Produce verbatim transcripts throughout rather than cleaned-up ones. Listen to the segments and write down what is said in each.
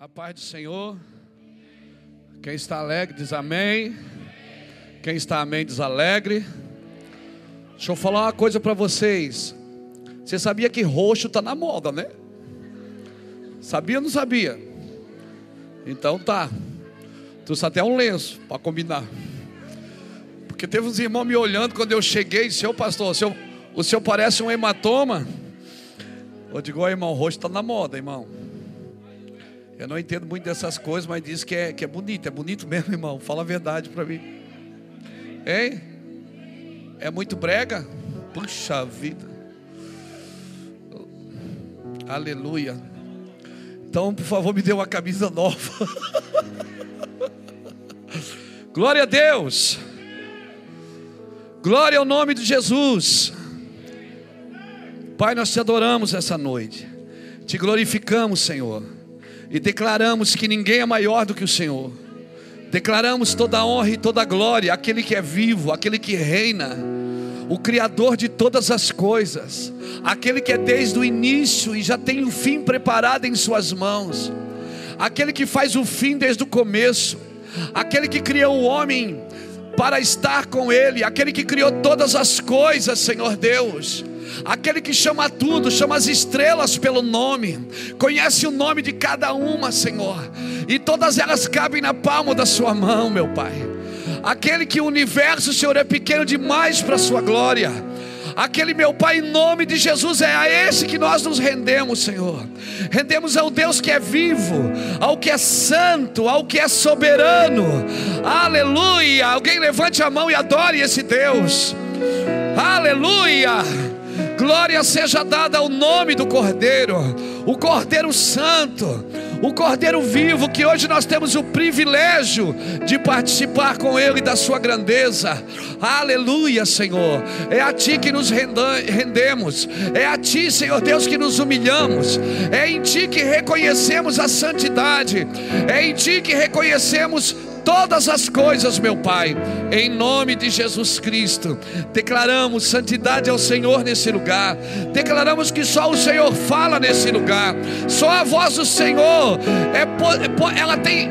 A paz do Senhor. Quem está alegre diz amém. Quem está amém diz alegre. Deixa eu falar uma coisa para vocês. Você sabia que roxo está na moda, né? Sabia ou não sabia? Então tá. Trouxe até um lenço para combinar. Porque teve uns irmãos me olhando quando eu cheguei. Seu pastor, o senhor, o senhor parece um hematoma. Eu digo, ó, irmão, roxo está na moda, irmão. Eu não entendo muito dessas coisas, mas diz que é, que é bonito. É bonito mesmo, irmão. Fala a verdade para mim. Hein? É muito brega? Puxa vida. Aleluia. Então, por favor, me dê uma camisa nova. Glória a Deus. Glória ao nome de Jesus. Pai, nós te adoramos essa noite. Te glorificamos, Senhor. E declaramos que ninguém é maior do que o Senhor. Declaramos toda a honra e toda a glória àquele que é vivo, àquele que reina, o Criador de todas as coisas, aquele que é desde o início e já tem o fim preparado em suas mãos, aquele que faz o fim desde o começo, aquele que criou o homem para estar com ele, aquele que criou todas as coisas, Senhor Deus, aquele que chama tudo, chama as estrelas pelo nome, conhece o nome de cada uma, Senhor, e todas elas cabem na palma da sua mão, meu Pai. Aquele que o universo, Senhor, é pequeno demais para a sua glória. Aquele, meu Pai, em nome de Jesus, é a esse que nós nos rendemos, Senhor. Rendemos ao Deus que é vivo, ao que é santo, ao que é soberano. Aleluia. Alguém levante a mão e adore esse Deus. Aleluia. Glória seja dada ao nome do Cordeiro, o Cordeiro Santo, o Cordeiro vivo, que hoje nós temos o privilégio de participar com Ele da sua grandeza. Aleluia, Senhor. É a Ti que nos rendemos, é a Ti, Senhor Deus, que nos humilhamos, é em Ti que reconhecemos a santidade, é em Ti que reconhecemos todas as coisas, meu Pai, em nome de Jesus Cristo. Declaramos santidade ao Senhor nesse lugar. Declaramos que só o Senhor fala nesse lugar. Só a voz do Senhor é, ela tem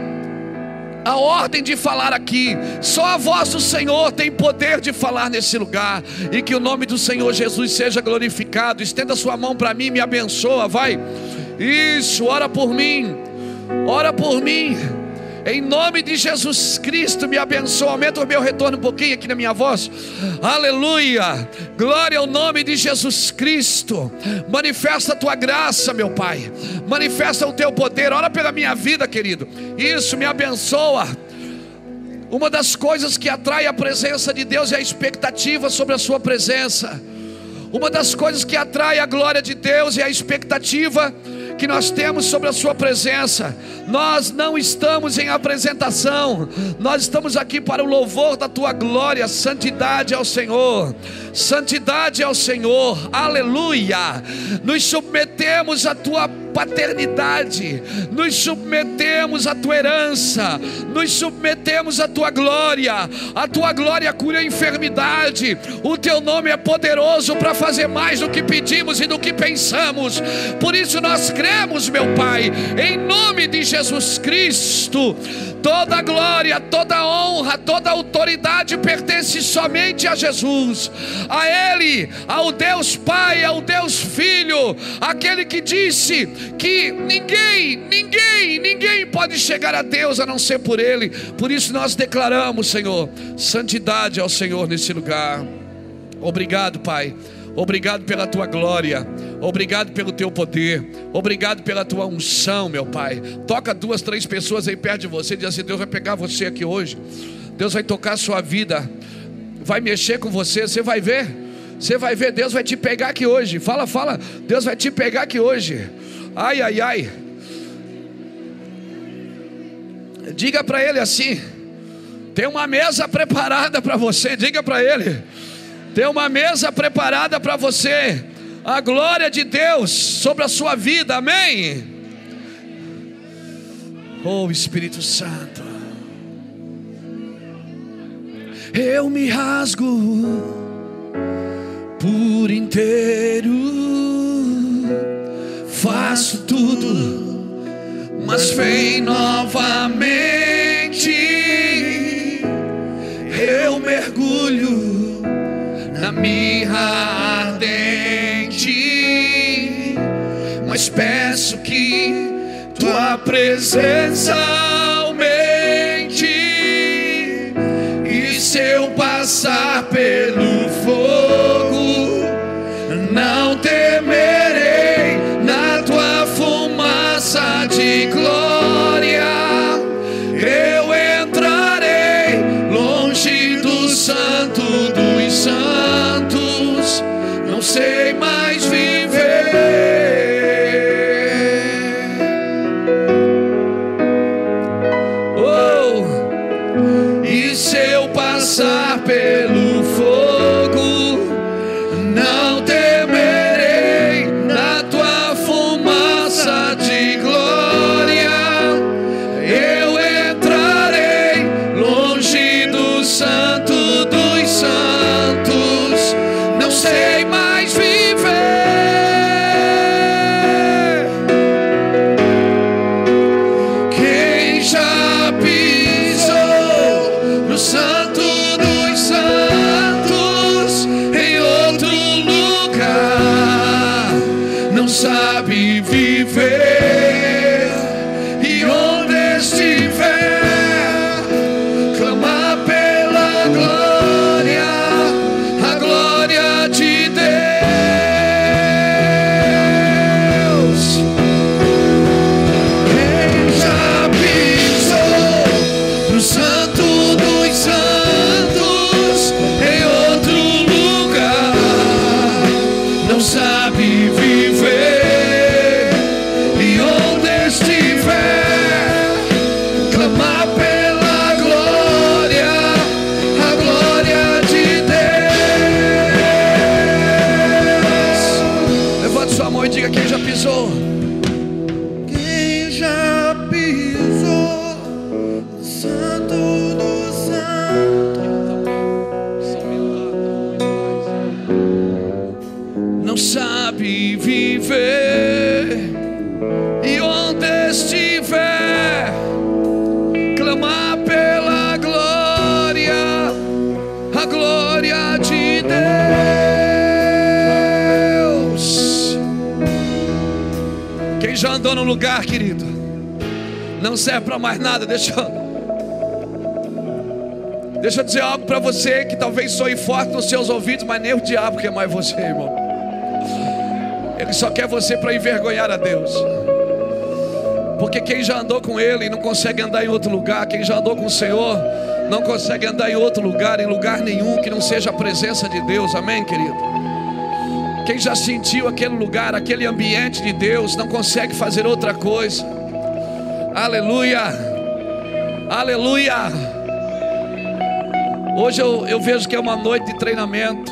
a ordem de falar aqui. Só a voz do Senhor tem poder de falar nesse lugar. E que o nome do Senhor Jesus seja glorificado. Estenda sua mão para mim, me abençoa, vai. Isso, ora por mim. Ora por mim. Em nome de Jesus Cristo, me abençoa. Aumenta o meu retorno um pouquinho aqui na minha voz. Aleluia. Glória ao nome de Jesus Cristo. Manifesta a tua graça, meu Pai. Manifesta o teu poder. Ora pela minha vida, querido. Isso, me abençoa. Uma das coisas que atrai a presença de Deus é a expectativa sobre a sua presença. Uma das coisas que atrai a glória de Deus é a expectativa que nós temos sobre a sua presença. Nós não estamos em apresentação, nós estamos aqui para o louvor da tua glória. Santidade ao Senhor, santidade ao Senhor, aleluia. Nos submetemos à tua paternidade, nos submetemos à tua herança, nos submetemos à tua glória. A tua glória cura a enfermidade. O teu nome é poderoso para fazer mais do que pedimos e do que pensamos. Por isso nós cremos, meu Pai, em nome de Jesus Cristo. Toda a glória, toda a honra, toda a autoridade pertence somente a Jesus, a Ele, ao Deus Pai, ao Deus Filho, aquele que disse que ninguém, ninguém, ninguém pode chegar a Deus a não ser por Ele. Por isso nós declaramos, Senhor, santidade ao Senhor nesse lugar. Obrigado, Pai. Obrigado pela tua glória. Obrigado pelo teu poder. Obrigado pela tua unção, meu Pai. Toca duas, três pessoas aí perto de você. Diz assim: Deus vai pegar você aqui hoje. Deus vai tocar a sua vida. Vai mexer com você. Você vai ver. Você vai ver. Deus vai te pegar aqui hoje. Fala, fala. Deus vai te pegar aqui hoje. Ai, ai, ai. Diga para ele assim: tem uma mesa preparada para você. Diga para ele: tem uma mesa preparada para você. A glória de Deus sobre a sua vida, amém? Oh Espírito Santo, eu me rasgo por inteiro, faço tudo mas vem novamente. Eu mergulho na mirra ardente, mas peço que tua presença aumente. E se eu passar pelo fogo, não temerei. Na tua fumaça de glória eu entrarei, longe do santo dos santos, não sei mais viver. Oh, e se eu passar pelo fogo, não temerei. Na tua fumaça de glória eu entrarei, longe do santo dos santos, não sei mais viver. Quem já pisou no santo dos santos em outro lugar não sabe viver. E onde estiver, clama pela glória, a glória de Deus. Quem já pisou no santo dos santos em outro lugar não sabe viver. E onde estiver, clamar pela glória, a glória de Deus. Levante sua mão e diga: quem já pisou? Quem já pisou no santo dos santos não sabe viver. E onde estiver, clamar pela glória, a glória de Deus. Quem já andou num lugar, querido, não serve para mais nada. Deixa eu, deixa eu dizer algo para você que talvez soe forte nos seus ouvidos, mas nem o diabo quer mais você, irmão. Ele só quer você para envergonhar a Deus. Porque quem já andou com Ele não consegue andar em outro lugar. Quem já andou com o Senhor não consegue andar em outro lugar, em lugar nenhum que não seja a presença de Deus. Amém, querido? Quem já sentiu aquele lugar, aquele ambiente de Deus, não consegue fazer outra coisa. Aleluia, aleluia. Hoje eu, eu vejo que é uma noite de treinamento.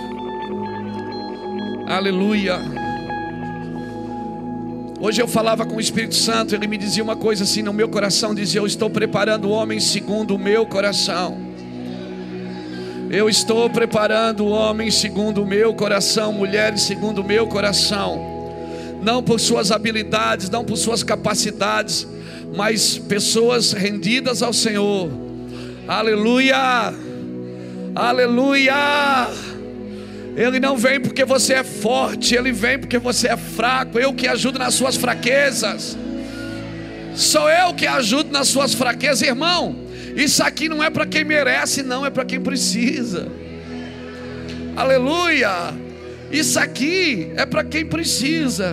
Aleluia. Hoje eu falava com o Espírito Santo, ele me dizia uma coisa assim no meu coração, dizia: eu estou preparando o homem segundo o meu coração. Eu estou preparando o homem segundo o meu coração, mulheres segundo o meu coração. Não por suas habilidades, não por suas capacidades, mas pessoas rendidas ao Senhor. Aleluia, aleluia. Ele não vem porque você é forte, Ele vem porque você é fraco. Eu que ajudo nas suas fraquezas. Sou eu que ajudo nas suas fraquezas. Irmão, isso aqui não é para quem merece, não, é para quem precisa. Aleluia. Isso aqui é para quem precisa.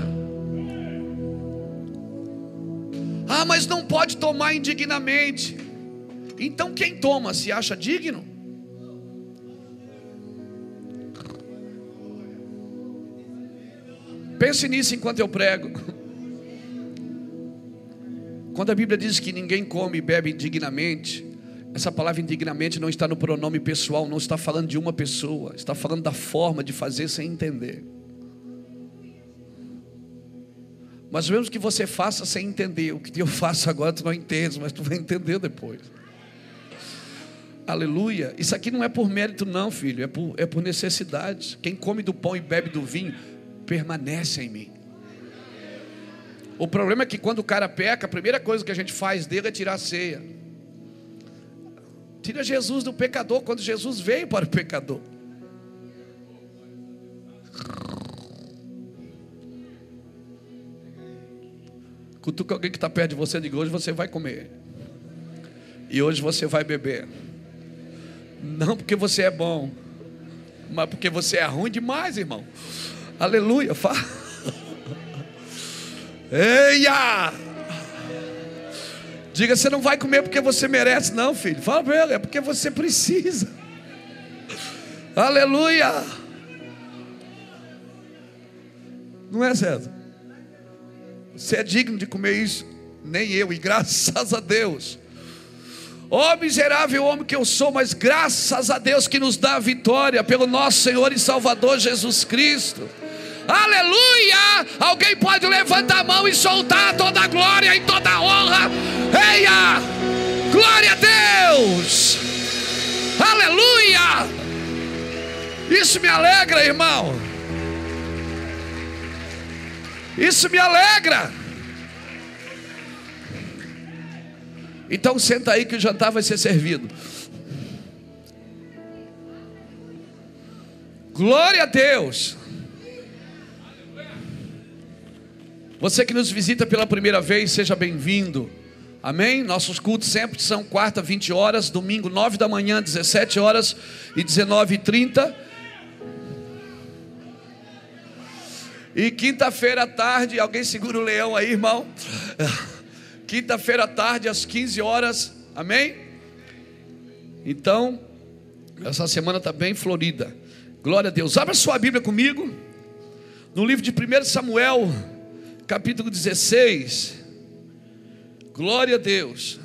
Ah, mas não pode tomar indignamente. Então quem toma se acha digno? Pense nisso enquanto eu prego. Quando a Bíblia diz que ninguém come e bebe indignamente, essa palavra indignamente não está no pronome pessoal, não está falando de uma pessoa, está falando da forma de fazer sem entender. Mas mesmo que você faça sem entender, o que eu faço agora tu não entende, mas tu vai entender depois. Aleluia. Isso aqui não é por mérito não, filho, é por, é por necessidade. Quem come do pão e bebe do vinho permanece em mim. O problema é que quando o cara peca, a primeira coisa que a gente faz dele é tirar a ceia. Tira Jesus do pecador, quando Jesus veio para o pecador. Cutuca alguém que está perto de você e diga: hoje você vai comer. E hoje você vai beber. Não porque você é bom, mas porque você é ruim demais, irmão. Aleluia. Fala. Eia! Diga: você não vai comer porque você merece, não, filho. Fala para ele: é porque você precisa. Aleluia! Não é, César? Você é digno de comer isso. Nem eu, e graças a Deus. Ó miserável homem que eu sou, mas graças a Deus que nos dá a vitória pelo nosso Senhor e Salvador Jesus Cristo. Aleluia! Alguém pode levantar a mão e soltar toda a glória e toda a honra. Eia! Glória a Deus! Aleluia! Isso me alegra, irmão. Isso me alegra. Então senta aí que o jantar vai ser servido. Glória a Deus. Você que nos visita pela primeira vez, seja bem-vindo. Amém? Nossos cultos sempre são quarta, vinte horas, domingo, nove da manhã, dezessete horas e dezenove e trinta. E quinta-feira à tarde, alguém segura o leão aí, irmão? Quinta-feira à tarde, às quinze horas, amém? Então, essa semana está bem florida. Glória a Deus. Abra sua Bíblia comigo, no livro de primeiro Samuel, capítulo dezesseis. Glória a Deus.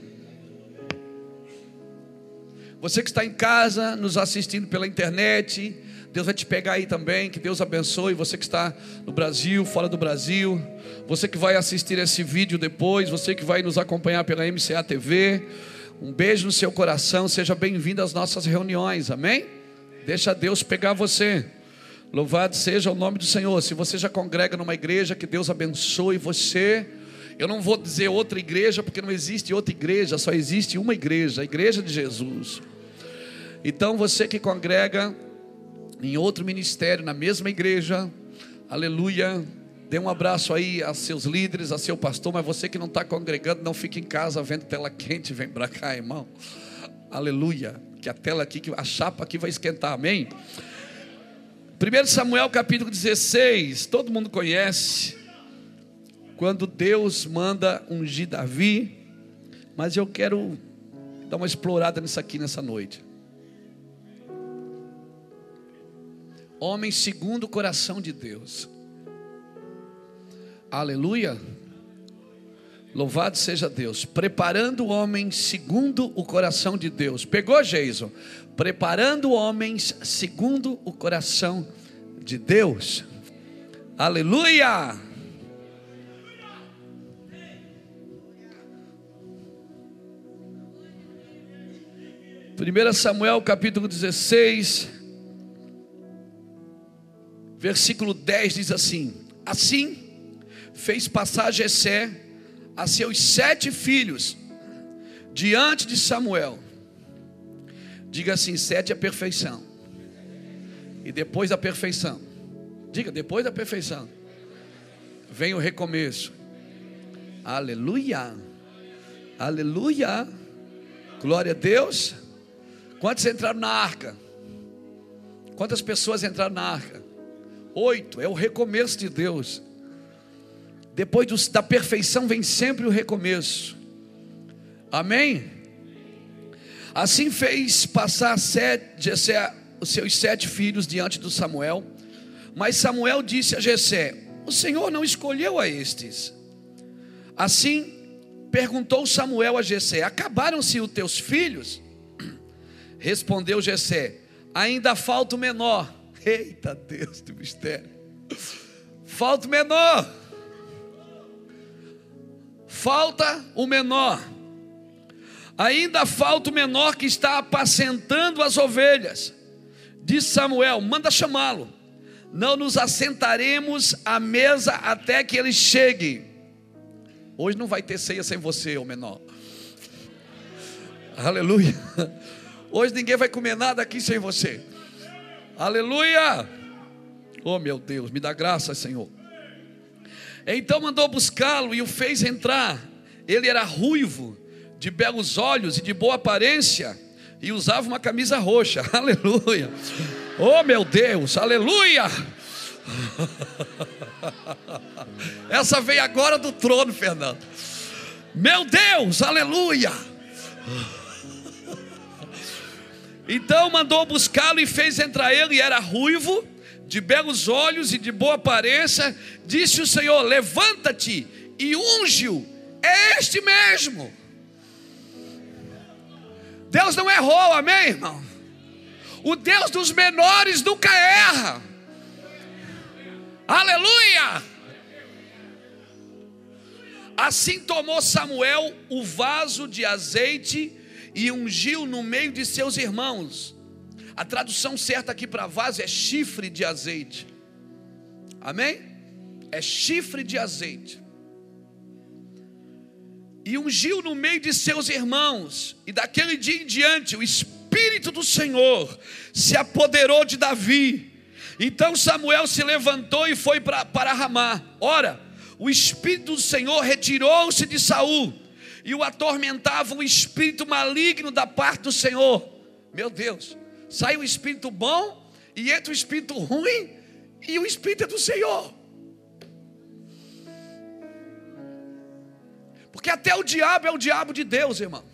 Você que está em casa, nos assistindo pela internet, Deus vai te pegar aí também. Que Deus abençoe. Você que está no Brasil, fora do Brasil, você que vai assistir esse vídeo depois, você que vai nos acompanhar pela M C A T V, um beijo no seu coração. Seja bem-vindo às nossas reuniões, amém? Deixa Deus pegar você. Louvado seja o nome do Senhor. Se você já congrega numa igreja, que Deus abençoe você. Eu não vou dizer outra igreja, porque não existe outra igreja, só existe uma igreja, a igreja de Jesus. Então você que congrega em outro ministério, na mesma igreja, aleluia, dê um abraço aí a seus líderes, a seu pastor. Mas você que não está congregando, não fique em casa vendo tela quente, vem para cá, irmão. Aleluia, que a tela aqui, a chapa aqui vai esquentar, amém? primeiro Samuel capítulo dezesseis, todo mundo conhece, quando Deus manda ungir Davi. Mas eu quero dar uma explorada nisso aqui nessa noite. Homem segundo o coração de Deus. Aleluia. Louvado seja Deus. Preparando homens segundo o coração de Deus. Pegou, Jason? Preparando homens segundo o coração de Deus. Aleluia. primeiro Samuel capítulo dezesseis, versículo dez diz assim: assim fez passar Jessé a seus sete filhos diante de Samuel. Diga assim: sete é perfeição. E depois da perfeição, diga, depois da perfeição vem o recomeço. Aleluia. Aleluia. Glória a Deus. Quantos entraram na arca? Quantas pessoas entraram na arca? Oito. É o recomeço de Deus. Depois dos, da perfeição vem sempre o recomeço. Amém? Assim fez passar sete, Jessé, os seus sete filhos diante do Samuel. Mas Samuel disse a Jessé: o Senhor não escolheu a estes. Assim perguntou Samuel a Jessé: acabaram-se os teus filhos? Respondeu Jessé: ainda falta o menor. Eita Deus do mistério. Falta o menor. Falta o menor. Ainda falta o menor que está apacentando as ovelhas. Disse Samuel: manda chamá-lo. Não nos assentaremos à mesa até que ele chegue. Hoje não vai ter ceia sem você, ô menor. Aleluia. Hoje ninguém vai comer nada aqui sem você. Aleluia. Oh meu Deus, me dá graça, Senhor. Então mandou buscá-lo e o fez entrar. Ele era ruivo, de belos olhos e de boa aparência, e usava uma camisa roxa. Aleluia. Oh meu Deus, aleluia. Essa veio agora do trono, Fernando. Meu Deus, aleluia. Então mandou buscá-lo e fez entrar ele, e era ruivo, de belos olhos e de boa aparência. Disse o Senhor: levanta-te e unge-o. É este mesmo. Deus não errou, amém, irmão? O Deus dos menores nunca erra. Aleluia. Assim tomou Samuel o vaso de azeite e ungiu no meio de seus irmãos. A tradução certa aqui para vaso é chifre de azeite. Amém? É chifre de azeite. E ungiu no meio de seus irmãos. E daquele dia em diante o Espírito do Senhor se apoderou de Davi. Então Samuel se levantou e foi para, para Ramá. Ora, o Espírito do Senhor retirou-se de Saul, e o atormentava um espírito maligno da parte do Senhor. Meu Deus, sai um espírito bom e entra um espírito ruim, e o Espírito é do Senhor. Porque até o diabo é o diabo de Deus, irmão.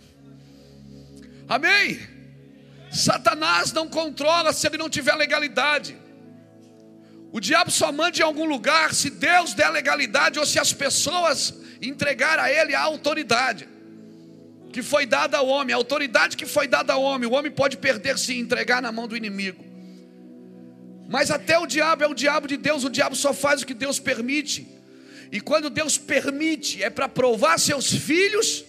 Amém? Satanás não controla se ele não tiver legalidade. O diabo só manda em algum lugar se Deus der legalidade, ou se as pessoas entregar a ele a autoridade que foi dada ao homem. A autoridade que foi dada ao homem, o homem pode perder se entregar na mão do inimigo. Mas até o diabo é o diabo de Deus. O diabo só faz o que Deus permite. E quando Deus permite, é para provar seus filhos,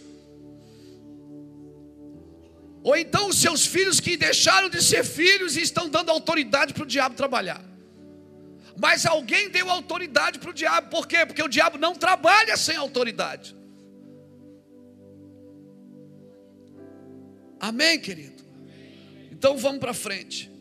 ou então os seus filhos que deixaram de ser filhos e estão dando autoridade para o diabo trabalhar. Mas alguém deu autoridade para o diabo. Por quê? Porque o diabo não trabalha sem autoridade. Amém, querido? Então vamos para frente.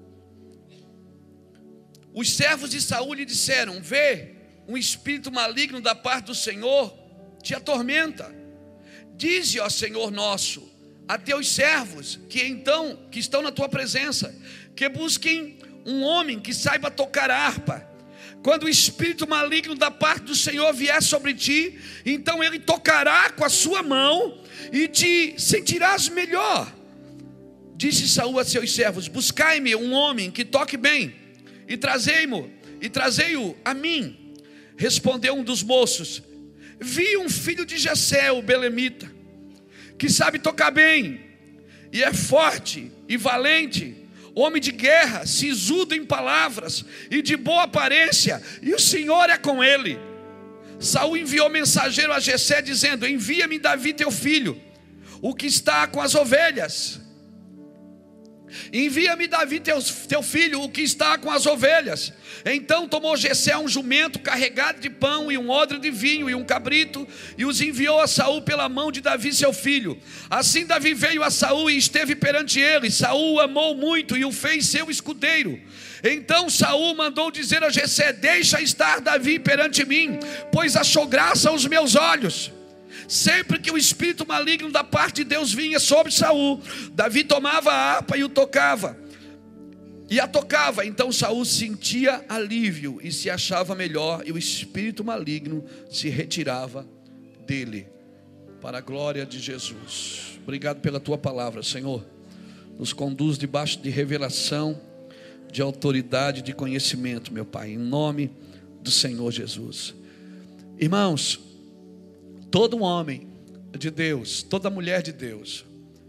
Os servos de Saul lhe disseram: vê, um espírito maligno da parte do Senhor te atormenta. Dize, ó Senhor nosso, a teus servos que então que estão na tua presença, que busquem um homem que saiba tocar harpa. Quando o espírito maligno da parte do Senhor vier sobre ti, então ele tocará com a sua mão e te sentirás melhor. Disse Saul a seus servos: buscai-me um homem que toque bem, e trazei-mo, e trazei-o a mim. Respondeu um dos moços: vi um filho de Jessé, o belemita, que sabe tocar bem, e é forte e valente, homem de guerra, sisudo em palavras e de boa aparência, e o Senhor é com ele. Saul enviou mensageiro a Jessé dizendo: envia-me Davi teu filho, o que está com as ovelhas. Envia-me Davi teu, teu filho, o que está com as ovelhas. Então tomou Jessé um jumento carregado de pão e um odre de vinho e um cabrito, e os enviou a Saul pela mão de Davi seu filho. Assim Davi veio a Saul e esteve perante ele. Saul o amou muito e o fez seu escudeiro. Então Saul mandou dizer a Jessé: deixa estar Davi perante mim, pois achou graça aos meus olhos. Sempre que o espírito maligno da parte de Deus vinha sobre Saul, Davi tomava a harpa e o tocava, e a tocava. Então Saul sentia alívio e se achava melhor, e o espírito maligno se retirava dele, para a glória de Jesus. Obrigado pela tua palavra, Senhor. Nos conduz debaixo de revelação, de autoridade, de conhecimento, meu Pai, em nome do Senhor Jesus. Irmãos, todo homem de Deus, toda mulher de Deus,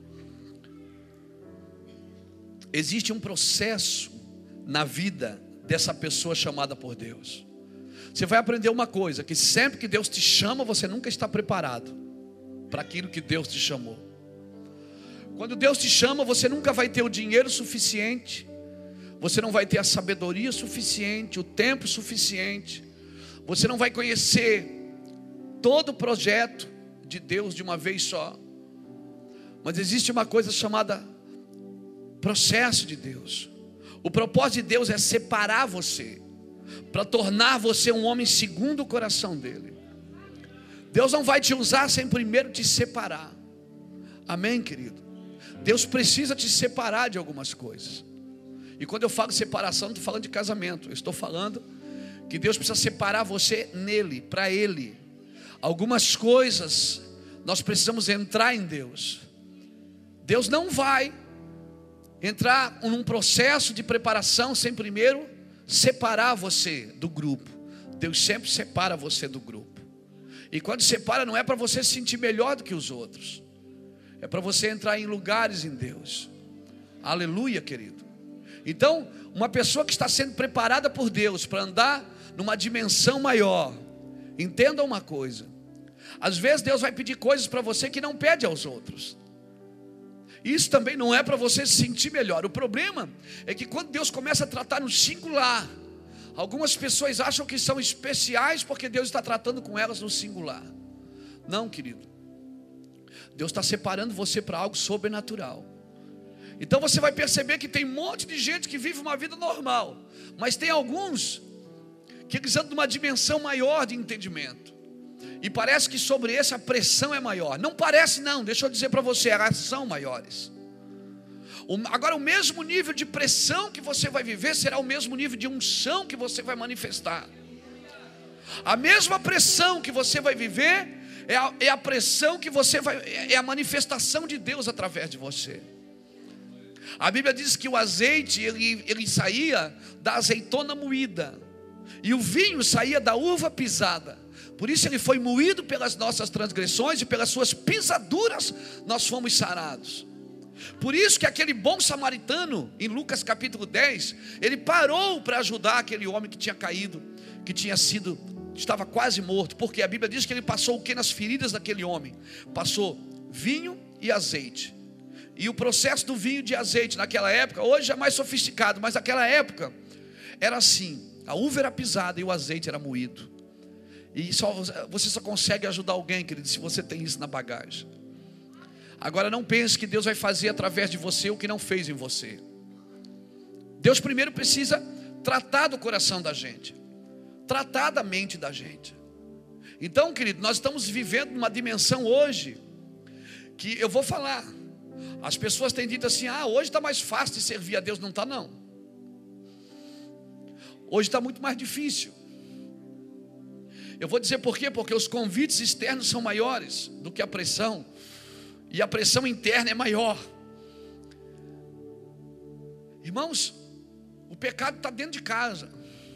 existe um processo na vida dessa pessoa chamada por Deus. Você vai aprender uma coisa: que sempre que Deus te chama, você nunca está preparado para aquilo que Deus te chamou. Quando Deus te chama, você nunca vai ter o dinheiro suficiente, você não vai ter a sabedoria suficiente, o tempo suficiente, você não vai conhecer todo o projeto de Deus de uma vez só. Mas existe uma coisa chamada processo de Deus. O propósito de Deus é separar você, para tornar você um homem segundo o coração dele. Deus não vai te usar sem primeiro te separar. Amém, querido? Deus precisa te separar de algumas coisas. E quando eu falo separação, não estou falando de casamento. Eu estou falando que Deus precisa separar você nele, para ele. Algumas coisas nós precisamos entrar em Deus. Deus não vai entrar num processo de preparação sem primeiro separar você do grupo. Deus sempre separa você do grupo. E quando separa, não é para você se sentir melhor do que os outros, é para você entrar em lugares em Deus. Aleluia, querido. Então, uma pessoa que está sendo preparada por Deus para andar numa dimensão maior, entenda uma coisa: às vezes Deus vai pedir coisas para você que não pede aos outros. Isso também não é para você se sentir melhor. O problema é que quando Deus começa a tratar no singular, algumas pessoas acham que são especiais porque Deus está tratando com elas no singular. Não, querido. Deus está separando você para algo sobrenatural. Então você vai perceber que tem um monte de gente que vive uma vida normal, mas tem alguns que eles andam numa dimensão maior de entendimento. E parece que sobre esse a pressão é maior. Não parece não, deixa eu dizer para você, elas são maiores. Agora o mesmo nível de pressão que você vai viver será o mesmo nível de unção que você vai manifestar. A mesma pressão que você vai viver é a, é a pressão que você vai, é a manifestação de Deus através de você. A Bíblia diz que o azeite ele, ele saía da azeitona moída, e o vinho saía da uva pisada. Por isso ele foi moído pelas nossas transgressões, e pelas suas pisaduras nós fomos sarados. Por isso que aquele bom samaritano, em Lucas capítulo dez, ele parou para ajudar aquele homem que tinha caído, que tinha sido, estava quase morto. Porque a Bíblia diz que ele passou o que nas feridas daquele homem? Passou vinho e azeite. E o processo do vinho e de azeite naquela época, hoje é mais sofisticado, mas naquela época era assim: a uva era pisada e o azeite era moído. E só, você só consegue ajudar alguém, querido, se você tem isso na bagagem. Agora não pense que Deus vai fazer através de você o que não fez em você. Deus primeiro precisa tratar do coração da gente, tratar da mente da gente. Então, querido, nós estamos vivendo numa dimensão hoje que eu vou falar. As pessoas têm dito assim: ah, hoje está mais fácil de servir a Deus. Não está não. Hoje está muito mais difícil. Eu vou dizer por quê? Porque os convites externos são maiores do que a pressão, e a pressão interna é maior. Irmãos, o pecado está dentro de casa,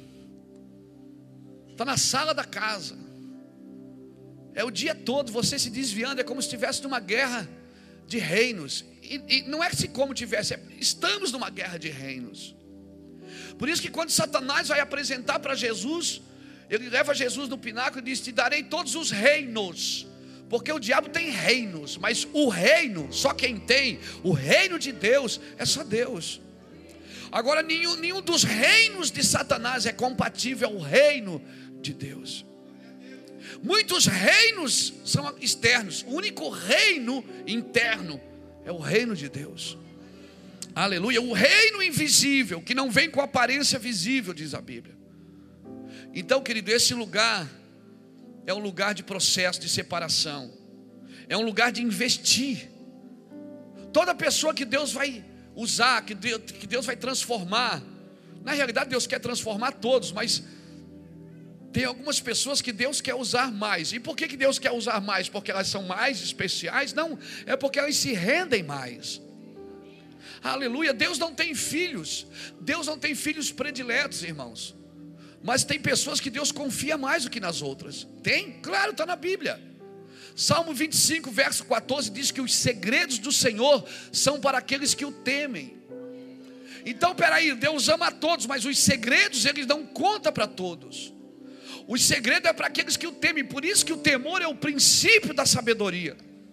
está na sala da casa, é o dia todo você se desviando. É como se estivesse numa guerra de reinos. E, e não é que se como tivesse, é, estamos numa guerra de reinos. Por isso que quando Satanás vai apresentar para Jesus, ele leva Jesus no pináculo e diz: te darei todos os reinos. Porque o diabo tem reinos, mas o reino, só quem tem, o reino de Deus, é só Deus. Agora nenhum, nenhum dos reinos de Satanás é compatível ao reino de Deus. Muitos reinos são externos, o único reino interno é o reino de Deus. Aleluia. O reino invisível, que não vem com aparência visível, diz a Bíblia. Então, querido, esse lugar é um lugar de processo de separação, é um lugar de investir. Toda pessoa que Deus vai usar, que Deus, que Deus vai transformar, na realidade Deus quer transformar todos, mas tem algumas pessoas que Deus quer usar mais. E por que que Deus quer usar mais? Porque elas são mais especiais? Não, é porque elas se rendem mais. Aleluia. Deus não tem filhos, Deus não tem filhos prediletos, irmãos. Mas tem pessoas que Deus confia mais do que nas outras. Tem? Claro, está na Bíblia. Salmo vinte e cinco, verso quatorze diz que os segredos do Senhor são para aqueles que o temem. Então, peraí, Deus ama a todos, mas os segredos Ele não conta para todos. O segredo é para aqueles que o temem. Por isso que o temor é o princípio da sabedoria.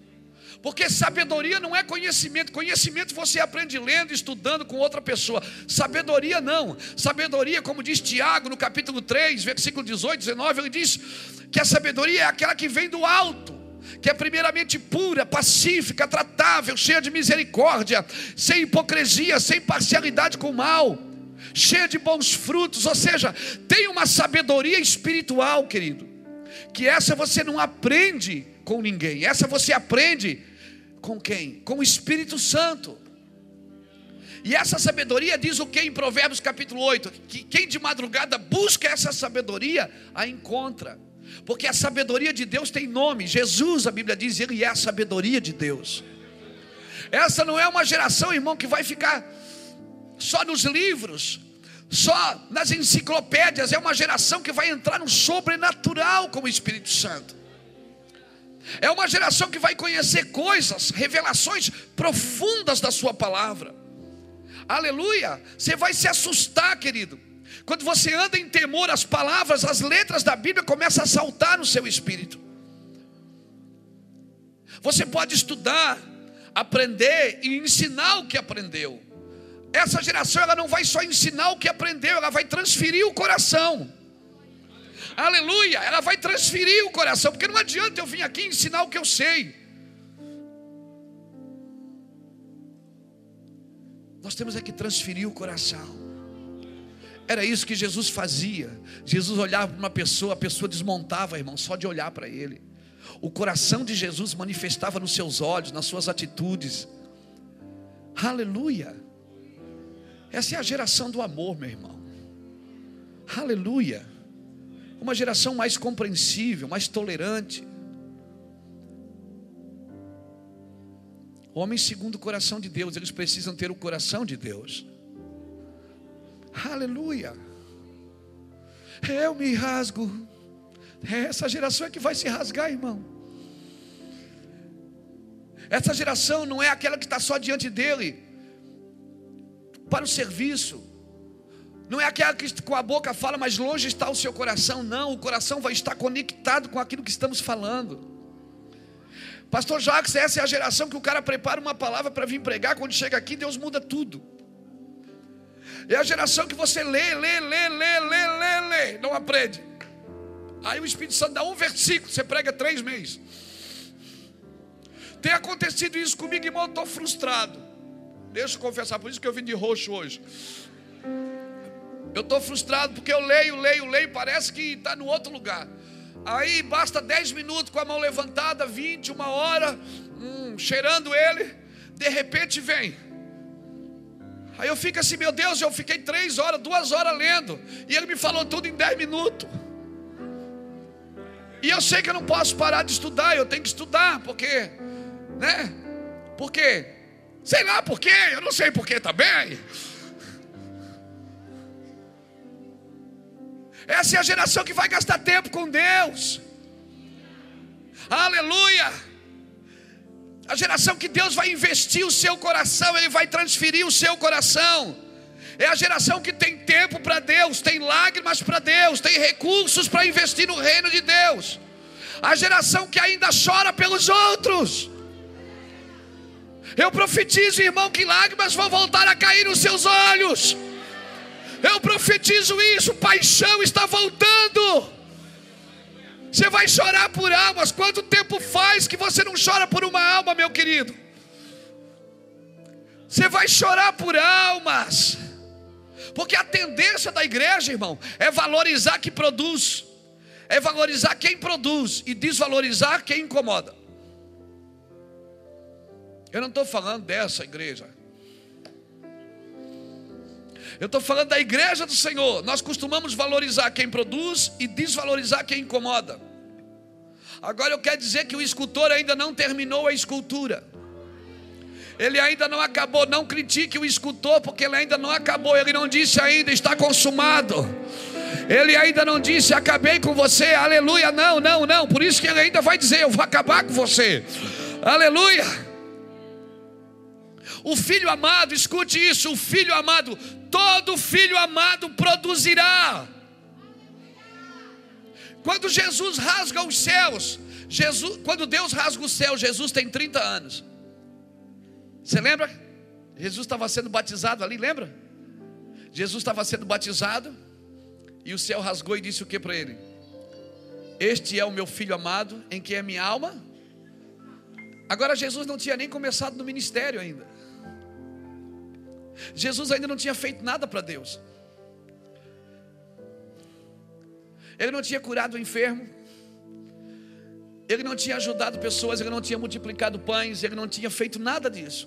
Porque sabedoria não é conhecimento. Conhecimento você aprende lendo, estudando com outra pessoa. Sabedoria não. Sabedoria, como diz Tiago no capítulo três, versículo dezoito, dezenove, ele diz que a sabedoria é aquela que vem do alto, que é primeiramente pura, pacífica, tratável, cheia de misericórdia, sem hipocrisia, sem parcialidade com o mal, cheia de bons frutos. Ou seja, tem uma sabedoria espiritual, querido, que essa você não aprende com ninguém. Essa você aprende com quem? Com o Espírito Santo. E essa sabedoria diz o que em Provérbios capítulo oito? Que quem de madrugada busca essa sabedoria, a encontra. Porque a sabedoria de Deus tem nome. Jesus, a Bíblia diz, ele é a sabedoria de Deus. Essa não é uma geração, irmão, que vai ficar só nos livros, só nas enciclopédias. É uma geração que vai entrar no sobrenatural com o Espírito Santo. É uma geração que vai conhecer coisas, revelações profundas da sua palavra. Aleluia. Você vai se assustar, querido. Quando você anda em temor, as palavras, as letras da Bíblia começam a saltar no seu espírito. Você pode estudar, aprender e ensinar o que aprendeu. Essa geração, ela não vai só ensinar o que aprendeu, ela vai transferir o coração. Aleluia, ela vai transferir o coração. Porque não adianta eu vir aqui ensinar o que eu sei. Nós temos é que transferir o coração. Era isso que Jesus fazia. Jesus olhava para uma pessoa, a pessoa desmontava, irmão, só de olhar para ele. O coração de Jesus manifestava nos seus olhos, nas suas atitudes. Aleluia. Essa é a geração do amor, meu irmão. Aleluia. Uma geração mais compreensível, mais tolerante. Homens segundo o coração de Deus, eles precisam ter o coração de Deus. Aleluia. Eu me rasgo. Essa geração é que vai se rasgar, irmão. Essa geração não é aquela que está só diante dele para o serviço. Não é aquela que com a boca fala, mas longe está o seu coração. Não, o coração vai estar conectado com aquilo que estamos falando. Pastor Jacques, essa é a geração que o cara prepara uma palavra para vir pregar. Quando chega aqui, Deus muda tudo. É a geração que você lê, lê, lê, lê, lê, lê, lê, não aprende. Aí o Espírito Santo dá um versículo, você prega três meses. Tem acontecido isso comigo, irmão, eu estou frustrado. Deixa eu confessar, por isso que eu vim de roxo hoje. Eu estou frustrado porque eu leio, leio, leio, parece que está no outro lugar. Aí basta dez minutos com a mão levantada, vinte, uma hora, hum, cheirando ele, de repente vem. Aí eu fico assim, meu Deus, eu fiquei três horas, duas horas lendo, e ele me falou tudo em dez minutos. E eu sei que eu não posso parar de estudar, eu tenho que estudar, porque, né? Porque, sei lá por quê, eu não sei por quê também. Essa é a geração que vai gastar tempo com Deus. Aleluia. A geração que Deus vai investir o seu coração, Ele vai transferir o seu coração. É a geração que tem tempo para Deus, tem lágrimas para Deus, tem recursos para investir no reino de Deus. A geração que ainda chora pelos outros. Eu profetizo, irmão, que lágrimas vão voltar a cair nos seus olhos. Eu profetizo isso, paixão está voltando. Você vai chorar por almas. Quanto tempo faz que você não chora por uma alma, meu querido? Você vai chorar por almas. Porque a tendência da igreja, irmão, é valorizar quem produz. É valorizar quem produz e desvalorizar quem incomoda. Eu não estou falando dessa igreja. Eu estou falando da igreja do Senhor. Nós costumamos valorizar quem produz e desvalorizar quem incomoda. Agora eu quero dizer que o escultor ainda não terminou a escultura. Ele ainda não acabou. Não critique o escultor, porque ele ainda não acabou. Ele não disse ainda, está consumado. Ele ainda não disse, acabei com você. Aleluia, não, não, não. Por isso que ele ainda vai dizer, eu vou acabar com você. Aleluia. O filho amado, escute isso, o filho amado, todo filho amado produzirá. Quando Jesus rasga os céus, Jesus, quando Deus rasga o céu, Jesus tem trinta anos. Você lembra? Jesus estava sendo batizado ali, lembra? Jesus estava sendo batizado e o céu rasgou e disse o que para ele? Este é o meu filho amado, em quem é minha alma. Agora Jesus não tinha nem começado no ministério ainda. Jesus ainda não tinha feito nada para Deus. Ele não tinha curado o enfermo, ele não tinha ajudado pessoas, ele não tinha multiplicado pães, ele não tinha feito nada disso.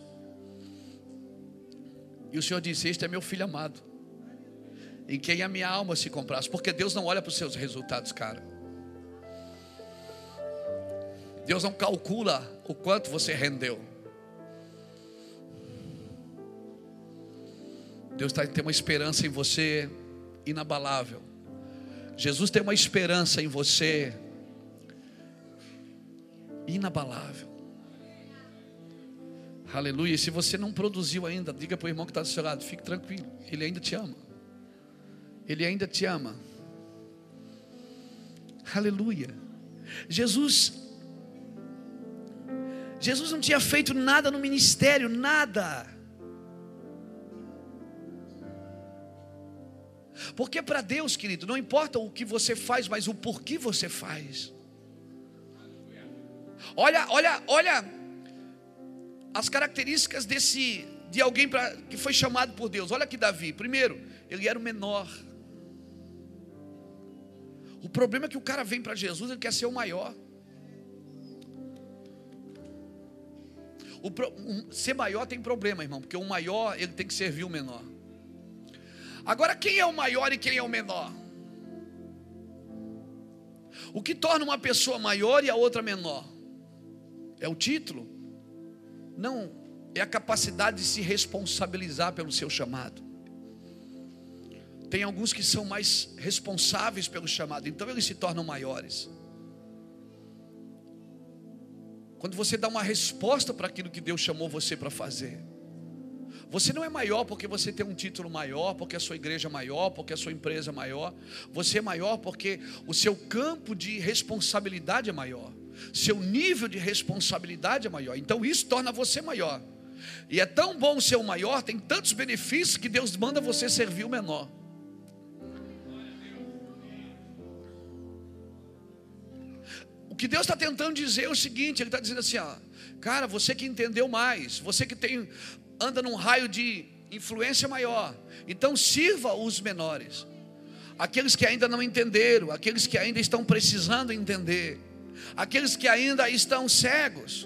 E o Senhor disse: este é meu filho amado, em quem a minha alma se comprasse. Porque Deus não olha para os seus resultados, cara. Deus não calcula o quanto você rendeu. Deus tem uma esperança em você inabalável. Jesus tem uma esperança em você inabalável. Aleluia. E se você não produziu ainda, diga para o irmão que está do seu lado: fique tranquilo, Ele ainda te ama. Ele ainda te ama. Aleluia. Jesus Jesus não tinha feito nada no ministério, nada. Porque para Deus, querido, não importa o que você faz, mas o porquê você faz. Olha, olha, olha as características desse de alguém pra, que foi chamado por Deus. Olha aqui Davi. Primeiro, ele era o menor. O problema é que o cara vem para Jesus, ele quer ser o maior. O pro, um, ser maior tem problema, irmão, porque o maior ele tem que servir o menor. Agora, quem é o maior e quem é o menor? O que torna uma pessoa maior e a outra menor? É o título? Não, é a capacidade de se responsabilizar pelo seu chamado. Tem alguns que são mais responsáveis pelo chamado, então eles se tornam maiores. Quando você dá uma resposta para aquilo que Deus chamou você para fazer, você não é maior porque você tem um título maior, porque a sua igreja é maior, porque a sua empresa é maior. Você é maior porque o seu campo de responsabilidade é maior, seu nível de responsabilidade é maior. Então isso torna você maior. E é tão bom ser o maior, tem tantos benefícios, que Deus manda você servir o menor. O que Deus está tentando dizer é o seguinte: Ele está dizendo assim, ó, cara, você que entendeu mais, você que tem, anda num raio de influência maior, então sirva os menores, aqueles que ainda não entenderam, aqueles que ainda estão precisando entender, aqueles que ainda estão cegos.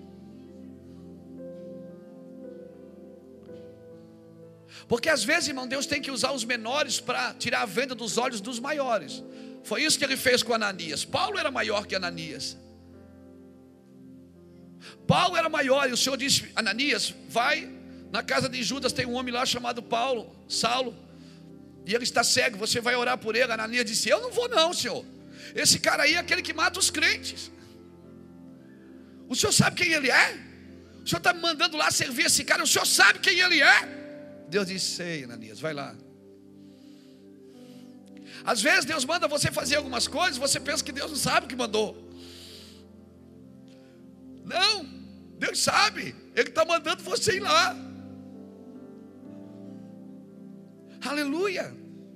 Porque às vezes, irmão, Deus tem que usar os menores para tirar a venda dos olhos dos maiores. Foi isso que ele fez com Ananias. Paulo era maior que Ananias. Paulo era maior e o Senhor disse: Ananias, vai na casa de Judas, tem um homem lá chamado Paulo, Saulo, e ele está cego, você vai orar por ele. Ananias disse: eu não vou não, Senhor. Esse cara aí é aquele que mata os crentes. O Senhor sabe quem ele é? O Senhor está me mandando lá servir esse cara, o Senhor sabe quem ele é? Deus disse: sei, Ananias, vai lá. Às vezes Deus manda você fazer algumas coisas, você pensa que Deus não sabe o que mandou. Não, Deus sabe, Ele está mandando você ir lá. Aleluia.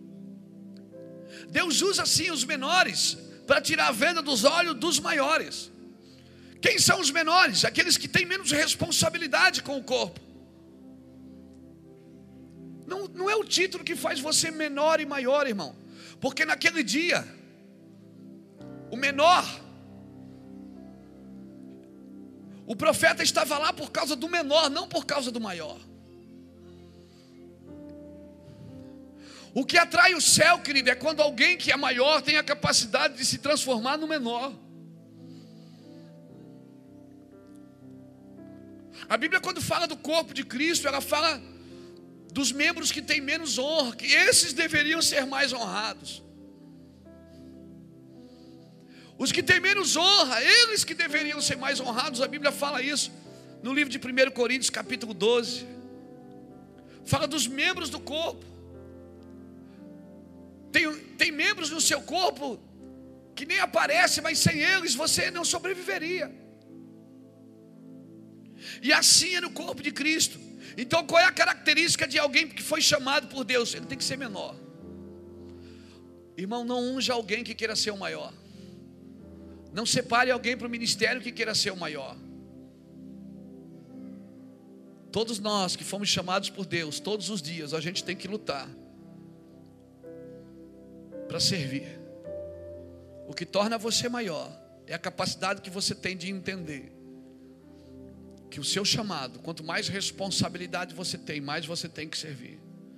Deus usa assim os menores para tirar a venda dos olhos dos maiores. Quem são os menores? Aqueles que têm menos responsabilidade com o corpo. Não, não é o título que faz você menor e maior, irmão. Porque naquele dia, o menor, o profeta estava lá por causa do menor, não por causa do maior. O que atrai o céu, querido, é quando alguém que é maior tem a capacidade de se transformar no menor. A Bíblia, quando fala do corpo de Cristo, ela fala dos membros que têm menos honra, que esses deveriam ser mais honrados. Os que têm menos honra, eles que deveriam ser mais honrados. A Bíblia fala isso no livro de primeiro Coríntios capítulo doze. Fala dos membros do corpo. Tem, tem membros no seu corpo que nem aparece, mas sem eles você não sobreviveria. E assim é no corpo de Cristo. Então qual é a característica de alguém que foi chamado por Deus? Ele tem que ser menor. Irmão, não unja alguém que queira ser o maior. Não separe alguém para o ministério que queira ser o maior. Todos nós que fomos chamados por Deus, todos os dias, a gente tem que lutar para servir. O que torna você maior é a capacidade que você tem de entender que o seu chamado, quanto mais responsabilidade você tem, mais você tem que servir.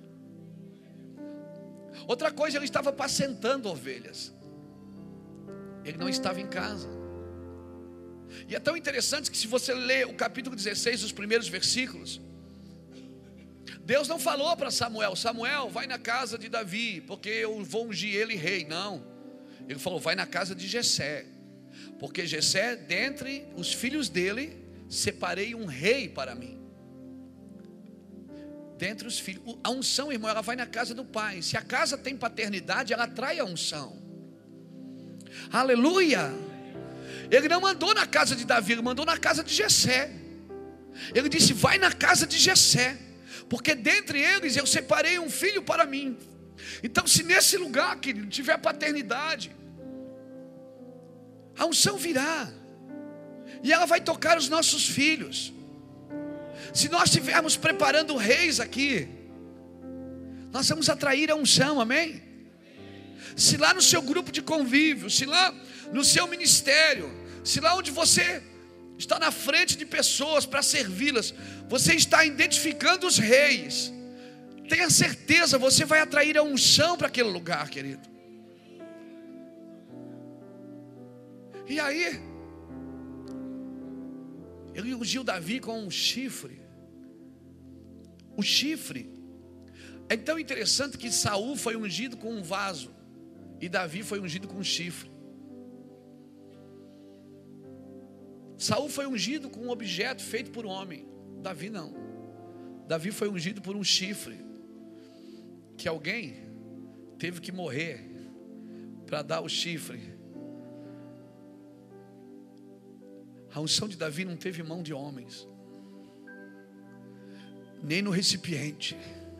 Outra coisa, ele estava apacentando ovelhas. Ele não estava em casa. E é tão interessante que se você ler o capítulo dezesseis, os primeiros versículos, Deus não falou para Samuel: Samuel, vai na casa de Davi, porque eu vou ungir ele rei. Não. Ele falou: vai na casa de Jessé, porque Jessé, dentre os filhos dele, separei um rei para mim. Dentre os filhos, a unção, irmão, ela vai na casa do pai. Se a casa tem paternidade, ela atrai a unção. Aleluia. Ele não mandou na casa de Davi, ele mandou na casa de Jessé. Ele disse: vai na casa de Jessé, porque dentre eles eu separei um filho para mim. Então, se nesse lugar que tiver paternidade, a unção virá, e ela vai tocar os nossos filhos. Se nós estivermos preparando reis aqui, nós vamos atrair a unção, amém? Se lá no seu grupo de convívio, se lá no seu ministério, se lá onde você está na frente de pessoas para servi-las, você está identificando os reis, tenha certeza, você vai atrair a unção para aquele lugar, querido. E aí, ele ungiu Davi com um chifre. O chifre é tão interessante que Saul foi ungido com um vaso e Davi foi ungido com um chifre. Saul foi ungido com um objeto feito por homem, Davi não. Davi foi ungido por um chifre que alguém teve que morrer para dar o chifre. A unção de Davi não teve mão de homens, nem no recipiente.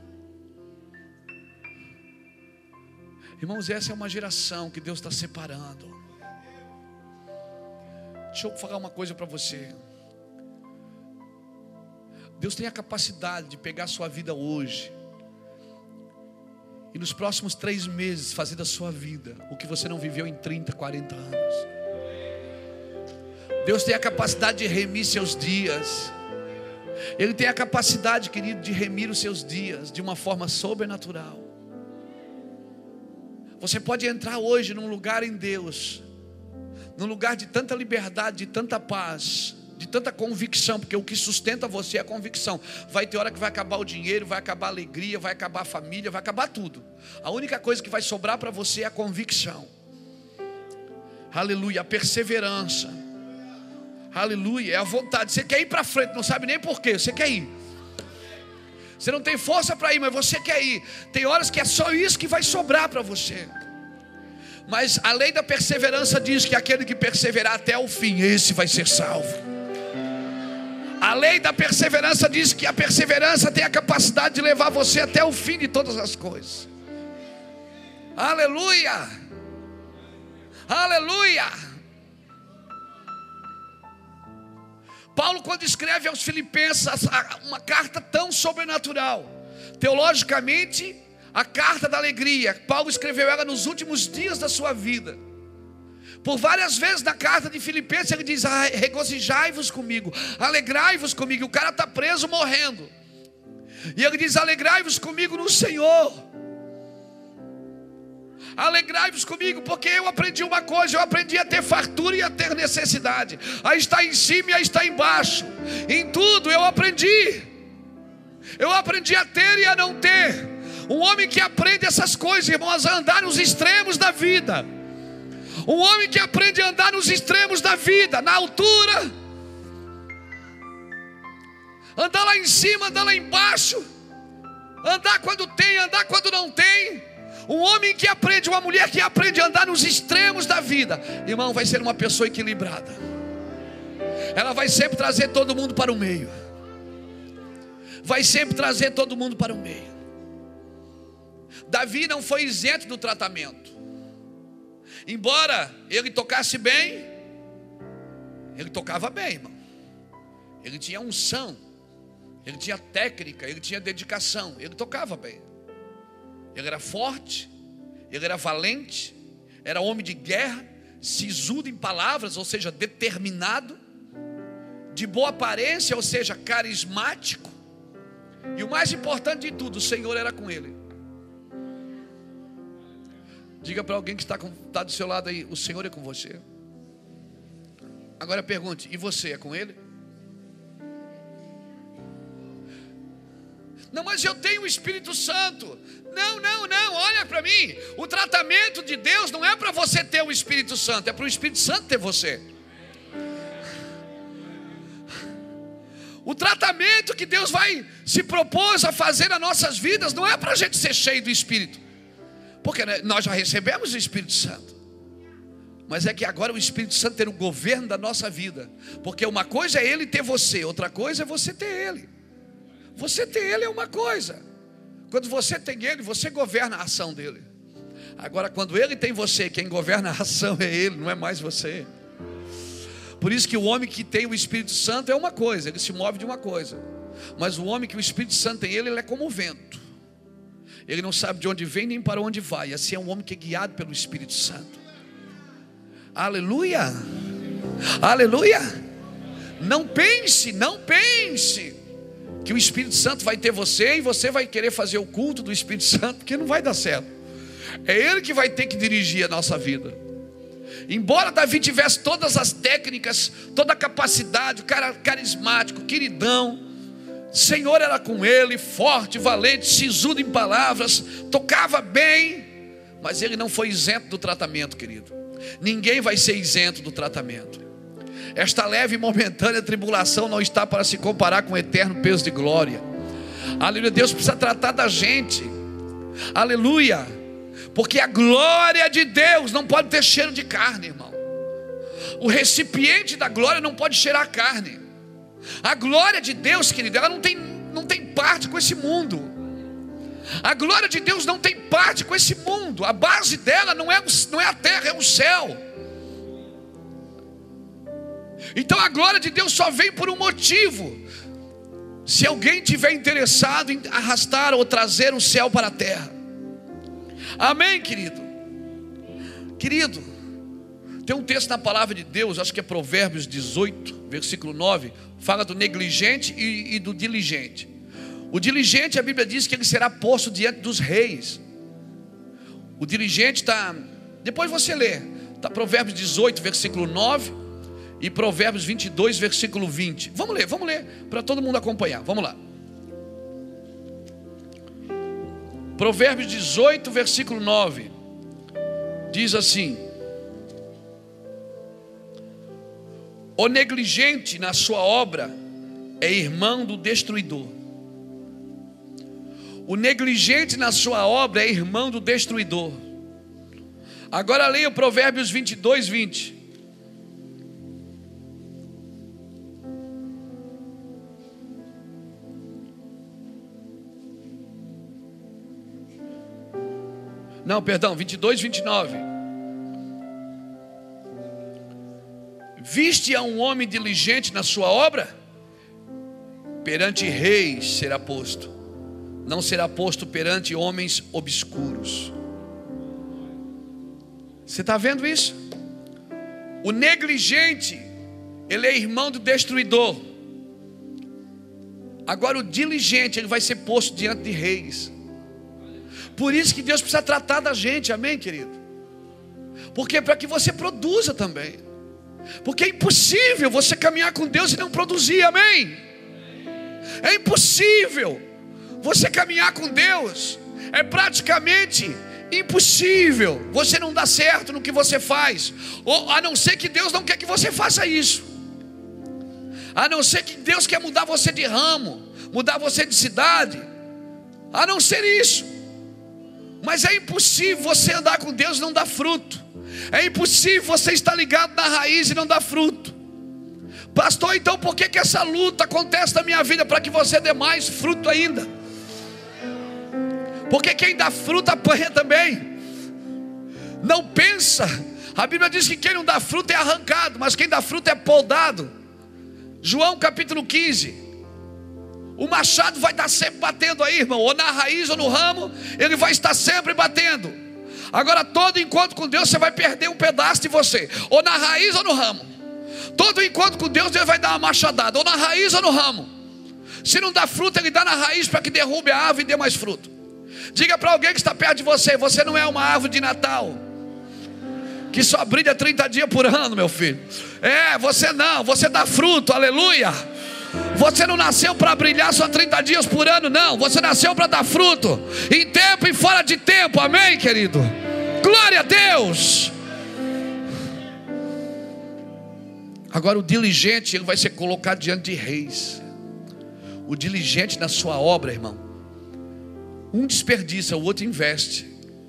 Irmãos, essa é uma geração que Deus está separando. Deixa eu falar uma coisa para você. Deus tem a capacidade de pegar a sua vida hoje e nos próximos três meses fazer da sua vida o que você não viveu em trinta, quarenta anos. Deus tem a capacidade de remir seus dias. Ele tem a capacidade, querido, de remir os seus dias de uma forma sobrenatural. Você pode entrar hoje num lugar em Deus, num lugar de tanta liberdade, de tanta paz, de tanta convicção, porque o que sustenta você é a convicção. Vai ter hora que vai acabar o dinheiro, vai acabar a alegria, vai acabar a família, vai acabar tudo. A única coisa que vai sobrar para você é a convicção. Aleluia, a perseverança. Aleluia, é a vontade. Você quer ir para frente, não sabe nem porquê, você quer ir. Você não tem força para ir, mas você quer ir. Tem horas que é só isso que vai sobrar para você. Mas a lei da perseverança diz que aquele que perseverar até o fim, esse vai ser salvo. A lei da perseverança diz que a perseverança tem a capacidade de levar você até o fim de todas as coisas. Aleluia. Aleluia. Paulo, quando escreve aos Filipenses uma carta tão sobrenatural, teologicamente, a carta da alegria, Paulo escreveu ela nos últimos dias da sua vida. Por várias vezes na carta de Filipenses ele diz: ah, regozijai-vos comigo, alegrai-vos comigo. O cara está preso, morrendo, e ele diz: alegrai-vos comigo no Senhor. Alegrai-vos comigo, porque eu aprendi uma coisa, eu aprendi a ter fartura e a ter necessidade, a estar em cima e a estar embaixo. Em tudo eu aprendi. Eu aprendi a ter e a não ter. Um homem que aprende essas coisas, irmãos, a andar nos extremos da vida. Um homem que aprende a andar nos extremos da vida, na altura, andar lá em cima, andar lá embaixo, andar quando tem, andar quando não tem. Um homem que aprende, uma mulher que aprende a andar nos extremos da vida, irmão, vai ser uma pessoa equilibrada. Ela vai sempre trazer todo mundo para o meio. Vai sempre trazer todo mundo para o meio. Davi não foi isento do tratamento. Embora ele tocasse bem, ele tocava bem, irmão. Ele tinha unção, ele tinha técnica, ele tinha dedicação, ele tocava bem. Ele era forte, ele era valente, era homem de guerra, sisudo em palavras, ou seja, determinado, de boa aparência, ou seja, carismático. E o mais importante de tudo, o Senhor era com ele. Diga para alguém que está, com, está do seu lado aí: o Senhor é com você. Agora pergunte: e você é com ele? Não, mas eu tenho o Espírito Santo. Não, não, não, olha para mim. O tratamento de Deus não é para você ter o Espírito Santo, é para o Espírito Santo ter você. O tratamento que Deus vai se propôs a fazer nas nossas vidas não é para a gente ser cheio do Espírito, porque nós já recebemos o Espírito Santo. Mas é que agora o Espírito Santo tem o governo da nossa vida. Porque uma coisa é Ele ter você, outra coisa é você ter Ele. Você ter Ele é uma coisa. Quando você tem Ele, você governa a ação dEle. Agora quando Ele tem você, quem governa a ação é Ele, não é mais você. Por isso que o homem que tem o Espírito Santo é uma coisa, ele se move de uma coisa. Mas o homem que o Espírito Santo tem ele, ele é como o vento. Ele não sabe de onde vem nem para onde vai. Assim é um homem que é guiado pelo Espírito Santo. Aleluia. Aleluia. Não pense, não pense que o Espírito Santo vai ter você e você vai querer fazer o culto do Espírito Santo, porque não vai dar certo. É Ele que vai ter que dirigir a nossa vida. Embora Davi tivesse todas as técnicas, toda a capacidade, o cara carismático, queridão, o Senhor era com ele, forte, valente, sisudo em palavras, tocava bem, mas ele não foi isento do tratamento, querido. Ninguém vai ser isento do tratamento. Esta leve e momentânea tribulação não está para se comparar com o eterno peso de glória. Aleluia. Deus precisa tratar da gente. Aleluia. Porque a glória de Deus não pode ter cheiro de carne, irmão. O recipiente da glória não pode cheirar carne. A glória de Deus, querido, ela não tem, não tem parte com esse mundo. A glória de Deus não tem parte com esse mundo. A base dela não é, não é a terra, é o céu. Então a glória de Deus só vem por um motivo: se alguém tiver interessado em arrastar ou trazer o céu para a terra. Amém, querido? Querido, tem um texto na palavra de Deus, acho que é Provérbios dezoito, versículo nove, fala do negligente e, e do diligente. O diligente, a Bíblia diz que ele será posto diante dos reis. O diligente está, depois você lê, está Provérbios dezoito, versículo nove, e Provérbios vinte e dois, versículo vinte. Vamos ler, vamos ler, para todo mundo acompanhar, vamos lá. Provérbios dezoito, versículo nove, diz assim: o negligente na sua obra é irmão do destruidor. O negligente na sua obra é irmão do destruidor. Agora leia o Provérbios vinte e dois, vinte. Não, perdão, vinte e dois, vinte e nove. Viste a um homem diligente na sua obra? Perante reis será posto, não será posto perante homens obscuros. Você está vendo isso? O negligente, ele é irmão do destruidor. Agora o diligente, ele vai ser posto diante de reis. Por isso que Deus precisa tratar da gente, amém, querido? Porque é para que você produza também. Porque é impossível você caminhar com Deus e não produzir, amém? É impossível você caminhar com Deus. É praticamente impossível você não dar certo no que você faz, ou a não ser que Deus não quer que você faça isso. A não ser que Deus quer mudar você de ramo, mudar você de cidade. A não ser isso. Mas é impossível você andar com Deus e não dar fruto. É impossível você estar ligado na raiz e não dar fruto. Pastor, então por que que essa luta acontece na minha vida? Para que você dê mais fruto ainda. Porque quem dá fruto apanha também. Não pensa. A Bíblia diz que quem não dá fruto é arrancado, mas quem dá fruto é podado. João capítulo quinze. O machado vai estar sempre batendo aí, irmão, ou na raiz ou no ramo, ele vai estar sempre batendo. Agora todo encontro com Deus você vai perder um pedaço de você, ou na raiz ou no ramo. Todo encontro com Deus, Deus vai dar uma machadada, ou na raiz ou no ramo. Se não dá fruto, Ele dá na raiz para que derrube a árvore e dê mais fruto. Diga para alguém que está perto de você: você não é uma árvore de Natal que só brilha trinta dias por ano, meu filho. É, você não, você dá fruto, aleluia. Você não nasceu para brilhar só trinta dias por ano, não. Você nasceu para dar fruto, em tempo e fora de tempo, amém, querido? Glória a Deus. Agora o diligente, ele vai ser colocado diante de reis. O diligente na sua obra, irmão, um desperdiça, o outro investe.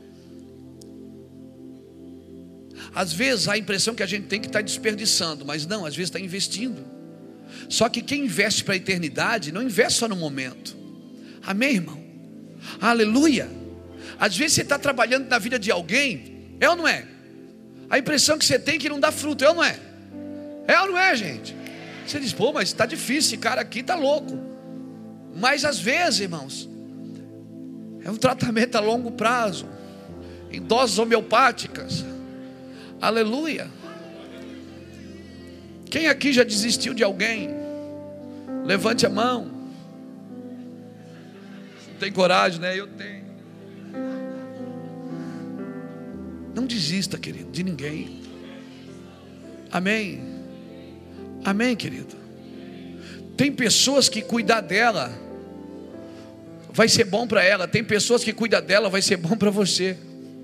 Às vezes a impressão que a gente tem que está desperdiçando, mas não, às vezes está investindo. Só que quem investe para a eternidade não investe só no momento. Amém, irmão? Aleluia. Às vezes você está trabalhando na vida de alguém, é ou não é? A impressão que você tem é que não dá fruto, é ou não é? É ou não é, gente? Você diz: pô, mas está difícil, esse cara aqui está louco. Mas às vezes, irmãos, é um tratamento a longo prazo, em doses homeopáticas. Aleluia. Quem aqui já desistiu de alguém? Levante a mão. Não tem coragem, né? Eu tenho. Não desista, querido, de ninguém. Amém. Amém, querido. Tem pessoas que cuidar dela vai ser bom para ela. Tem pessoas que cuidar dela vai ser bom para você.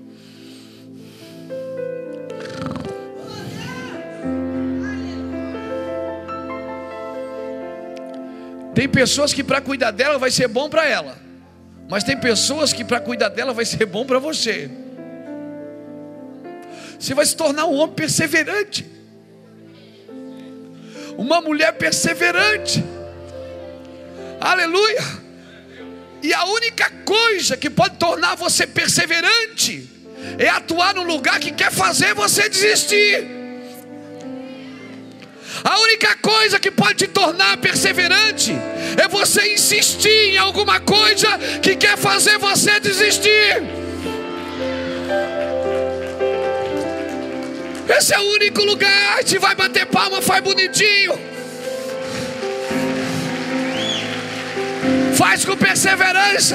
Tem pessoas que para cuidar dela vai ser bom para ela, mas tem pessoas que para cuidar dela vai ser bom para você. Você vai se tornar um homem perseverante, uma mulher perseverante. Aleluia. E a única coisa que pode tornar você perseverante é atuar num lugar que quer fazer você desistir. A única coisa que pode te tornar perseverante é você insistir em alguma coisa que quer fazer você desistir. Esse é o único lugar. A gente vai bater palma, faz bonitinho, faz com perseverança.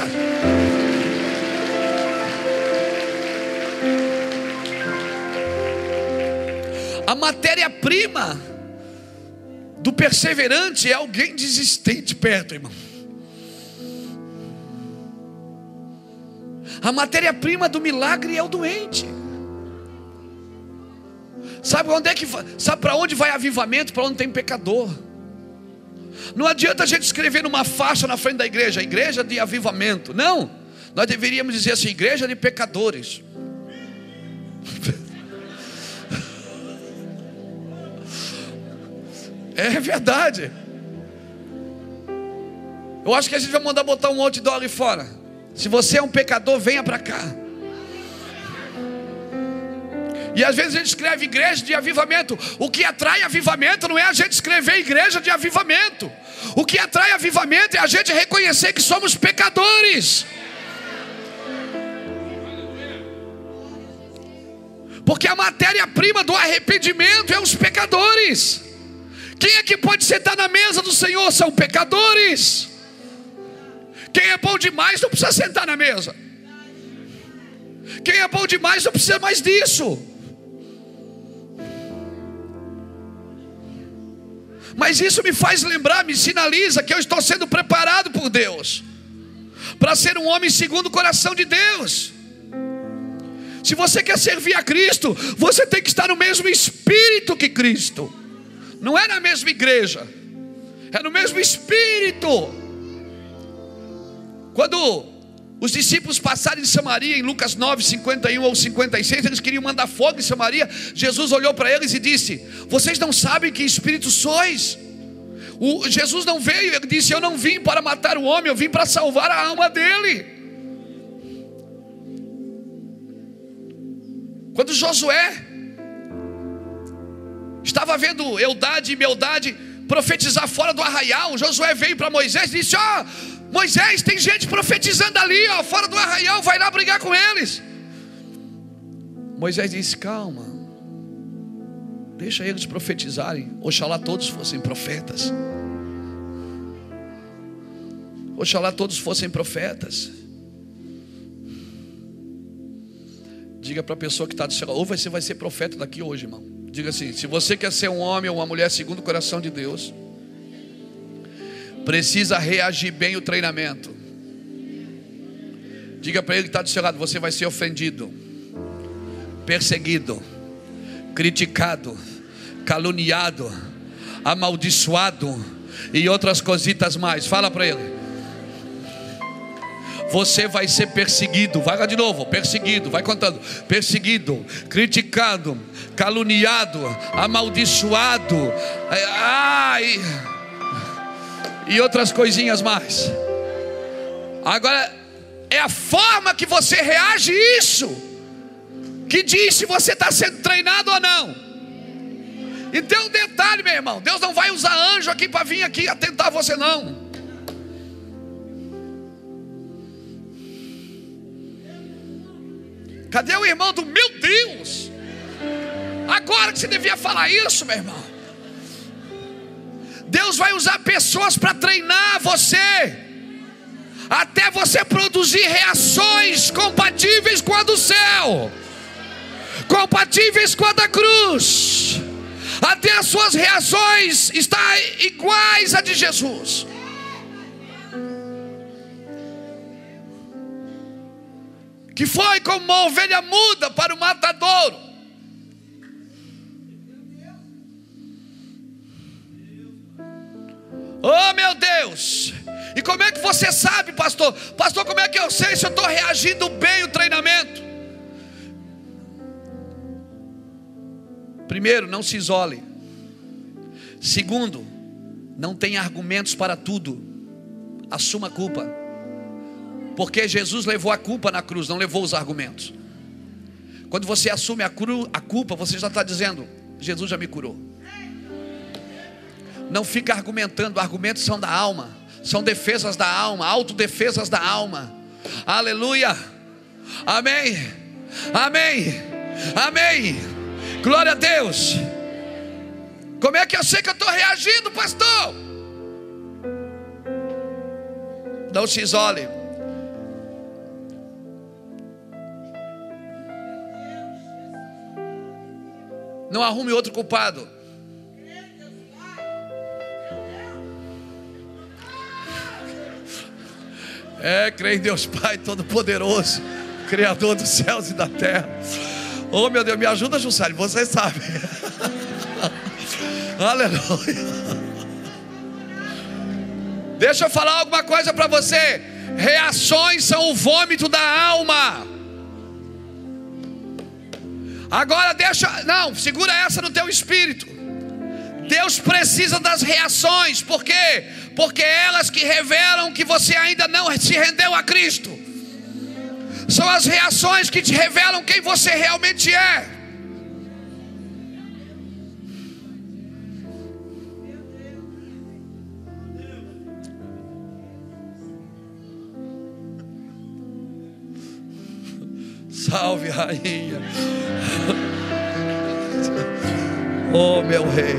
A matéria-prima do perseverante é alguém desistente perto, irmão. A matéria-prima do milagre é o doente. Sabe onde é que sabe para onde vai avivamento? Para onde tem pecador. Não adianta a gente escrever numa faixa na frente da igreja: igreja de avivamento. Não, nós deveríamos dizer assim: igreja de pecadores. É verdade. Eu acho que a gente vai mandar botar um outdoor ali fora: se você é um pecador, venha para cá. E às vezes a gente escreve igreja de avivamento. O que atrai avivamento não é a gente escrever igreja de avivamento. O que atrai avivamento é a gente reconhecer que somos pecadores. Porque a matéria-prima do arrependimento é os pecadores. Quem é que pode sentar na mesa do Senhor? São pecadores. Quem é bom demais não precisa sentar na mesa. Quem é bom demais não precisa mais disso. Mas isso me faz lembrar, me sinaliza que eu estou sendo preparado por Deus para ser um homem segundo o coração de Deus. Se você quer servir a Cristo, você tem que estar no mesmo espírito que Cristo. Não é na mesma igreja, é no mesmo espírito. Quando os discípulos passaram em Samaria, em Lucas nove, cinquenta e um ou cinquenta e seis, eles queriam mandar fogo em Samaria. Jesus olhou para eles e disse: vocês não sabem que espírito sois? O, Jesus não veio, ele disse: eu não vim para matar o homem, eu vim para salvar a alma dele. Quando Josué estava vendo Eldade e Meldade profetizar fora do arraial, Josué veio para Moisés e disse: ó, oh, Moisés, tem gente profetizando ali, ó, fora do arraial, vai lá brigar com eles. Moisés disse: calma, deixa eles profetizarem. Oxalá todos fossem profetas. Oxalá todos fossem profetas. Diga para a pessoa que está do seu lado: ou você vai ser profeta daqui hoje, irmão. Diga assim: se você quer ser um homem ou uma mulher segundo o coração de Deus, precisa reagir bem o treinamento. Diga para ele que está do seu lado: você vai ser ofendido, perseguido, criticado, caluniado, amaldiçoado e outras cositas mais. Fala para ele: você vai ser perseguido. Vai lá de novo: perseguido, vai contando: perseguido, criticado, caluniado, amaldiçoado, ai, e outras coisinhas mais. Agora, é a forma que você reage a isso que diz se você está sendo treinado ou não. E tem um detalhe, meu irmão: Deus não vai usar anjo aqui para vir aqui atentar você, não. Cadê o irmão do meu Deus? Agora que você devia falar isso, meu irmão. Deus vai usar pessoas para treinar você, até você produzir reações compatíveis com a do céu, compatíveis com a da cruz, até as suas reações estarem iguais à de Jesus. Que foi como uma ovelha muda para o matadouro. Oh, meu Deus! E como é que você sabe, pastor? Pastor, como é que eu sei se eu estou reagindo bem ao treinamento? Primeiro, não se isole. Segundo, não tenha argumentos para tudo. Assuma a culpa. Porque Jesus levou a culpa na cruz, não levou os argumentos. Quando você assume a, cru, a culpa, você já está dizendo: Jesus já me curou. Não fica argumentando. Argumentos são da alma, são defesas da alma, autodefesas da alma. Aleluia, amém, amém, amém. Glória a Deus. Como é que eu sei que eu estou reagindo, pastor? Não se isole. Não arrume outro culpado. É, creio em Deus Pai Todo-Poderoso, Criador dos céus e da terra. Oh, meu Deus, me ajuda, Jussari, você sabe. Aleluia. Deixa eu falar alguma coisa para você. Reações são o vômito da alma. Agora deixa, não, segura essa no teu espírito. Deus precisa das reações. Por quê? Porque elas que revelam que você ainda não se rendeu a Cristo. São as reações que te revelam quem você realmente é. Salve, rainha. Oh, meu rei.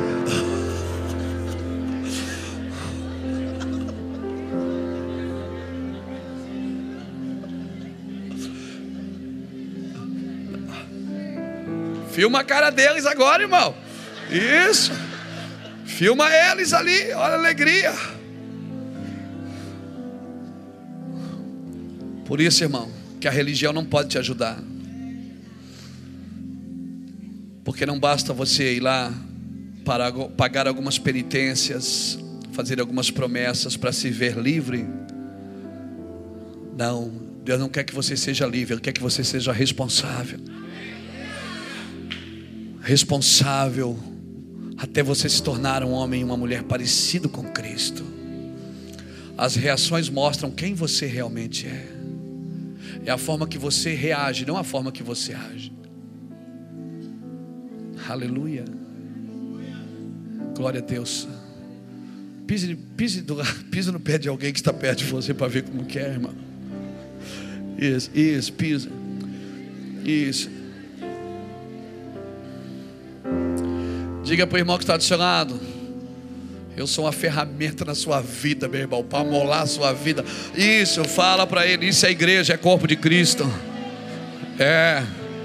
Filma a cara deles agora, irmão. Isso. Filma eles ali. Olha a alegria. Por isso, irmão, que a religião não pode te ajudar. Porque não basta você ir lá para pagar algumas penitências, fazer algumas promessas para se ver livre. Não. Deus não quer que você seja livre, Ele quer que você seja responsável. Responsável até você se tornar um homem e uma mulher parecido com Cristo. As reações mostram quem você realmente é. É a forma que você reage, não a forma que você age. Aleluia. Glória a Deus. Pise, pise, do, pise no pé de alguém que está perto de você para ver como que é, irmão. Isso, isso, pisa. Isso. Diga para o irmão que está do seu lado: eu sou uma ferramenta na sua vida, meu irmão, para molar a sua vida. Isso, fala para ele. Isso é igreja, é corpo de Cristo. É.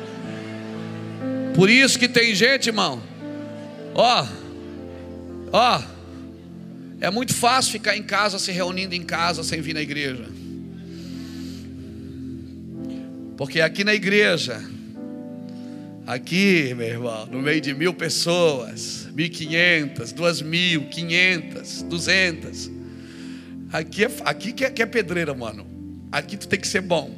Por isso que tem gente, irmão, ó, ó, é muito fácil ficar em casa, se reunindo em casa, sem vir na igreja. Porque aqui na igreja, aqui, meu irmão, no meio de mil pessoas, mil e quinhentas, duas mil, quinhentas, duzentas, aqui é, aqui que é, que é pedreira, mano. Aqui tu tem que ser bom.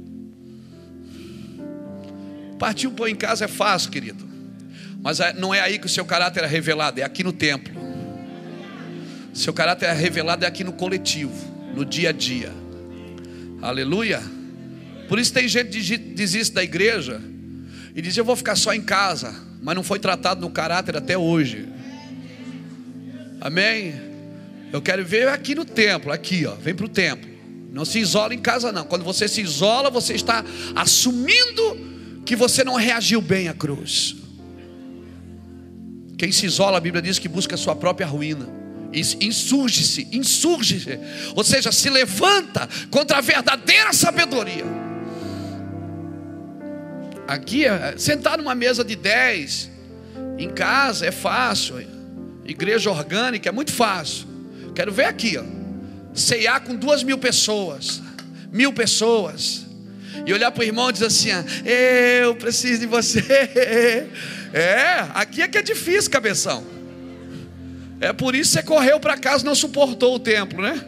Partir um pão em casa é fácil, querido, mas não é aí que o seu caráter é revelado, é aqui no templo. Seu caráter é revelado é aqui no coletivo, no dia a dia. Aleluia. Por isso tem gente que desiste da igreja e diz: eu vou ficar só em casa, mas não foi tratado no caráter até hoje. Amém? Eu quero ver aqui no templo, aqui ó, vem para o templo. Não se isola em casa não. Quando você se isola, você está assumindo que você não reagiu bem à cruz. Quem se isola, a Bíblia diz que busca a sua própria ruína. Insurge-se, insurge-se, ou seja, se levanta contra a verdadeira sabedoria. Aqui, sentar numa mesa de dez, em casa é fácil. Igreja orgânica é muito fácil. Quero ver aqui, ó, ceiar com duas mil pessoas, mil pessoas, e olhar para o irmão e dizer assim: eu preciso de você. É, aqui é que é difícil, cabeção. É por isso que você correu para casa e não suportou o templo, né?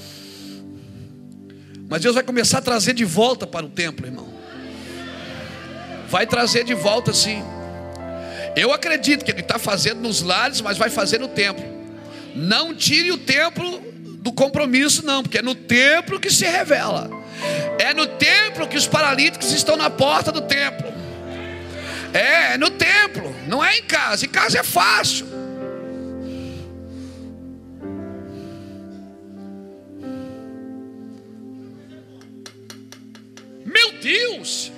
Mas Deus vai começar a trazer de volta para o templo, irmão. Vai trazer de volta, sim. Eu acredito que Ele está fazendo nos lares, mas vai fazer no templo. Não tire o templo do compromisso, não, porque é no templo que se revela. É no templo que os paralíticos estão na porta do templo. É, é no templo, não é em casa. Em casa é fácil. Meu Deus!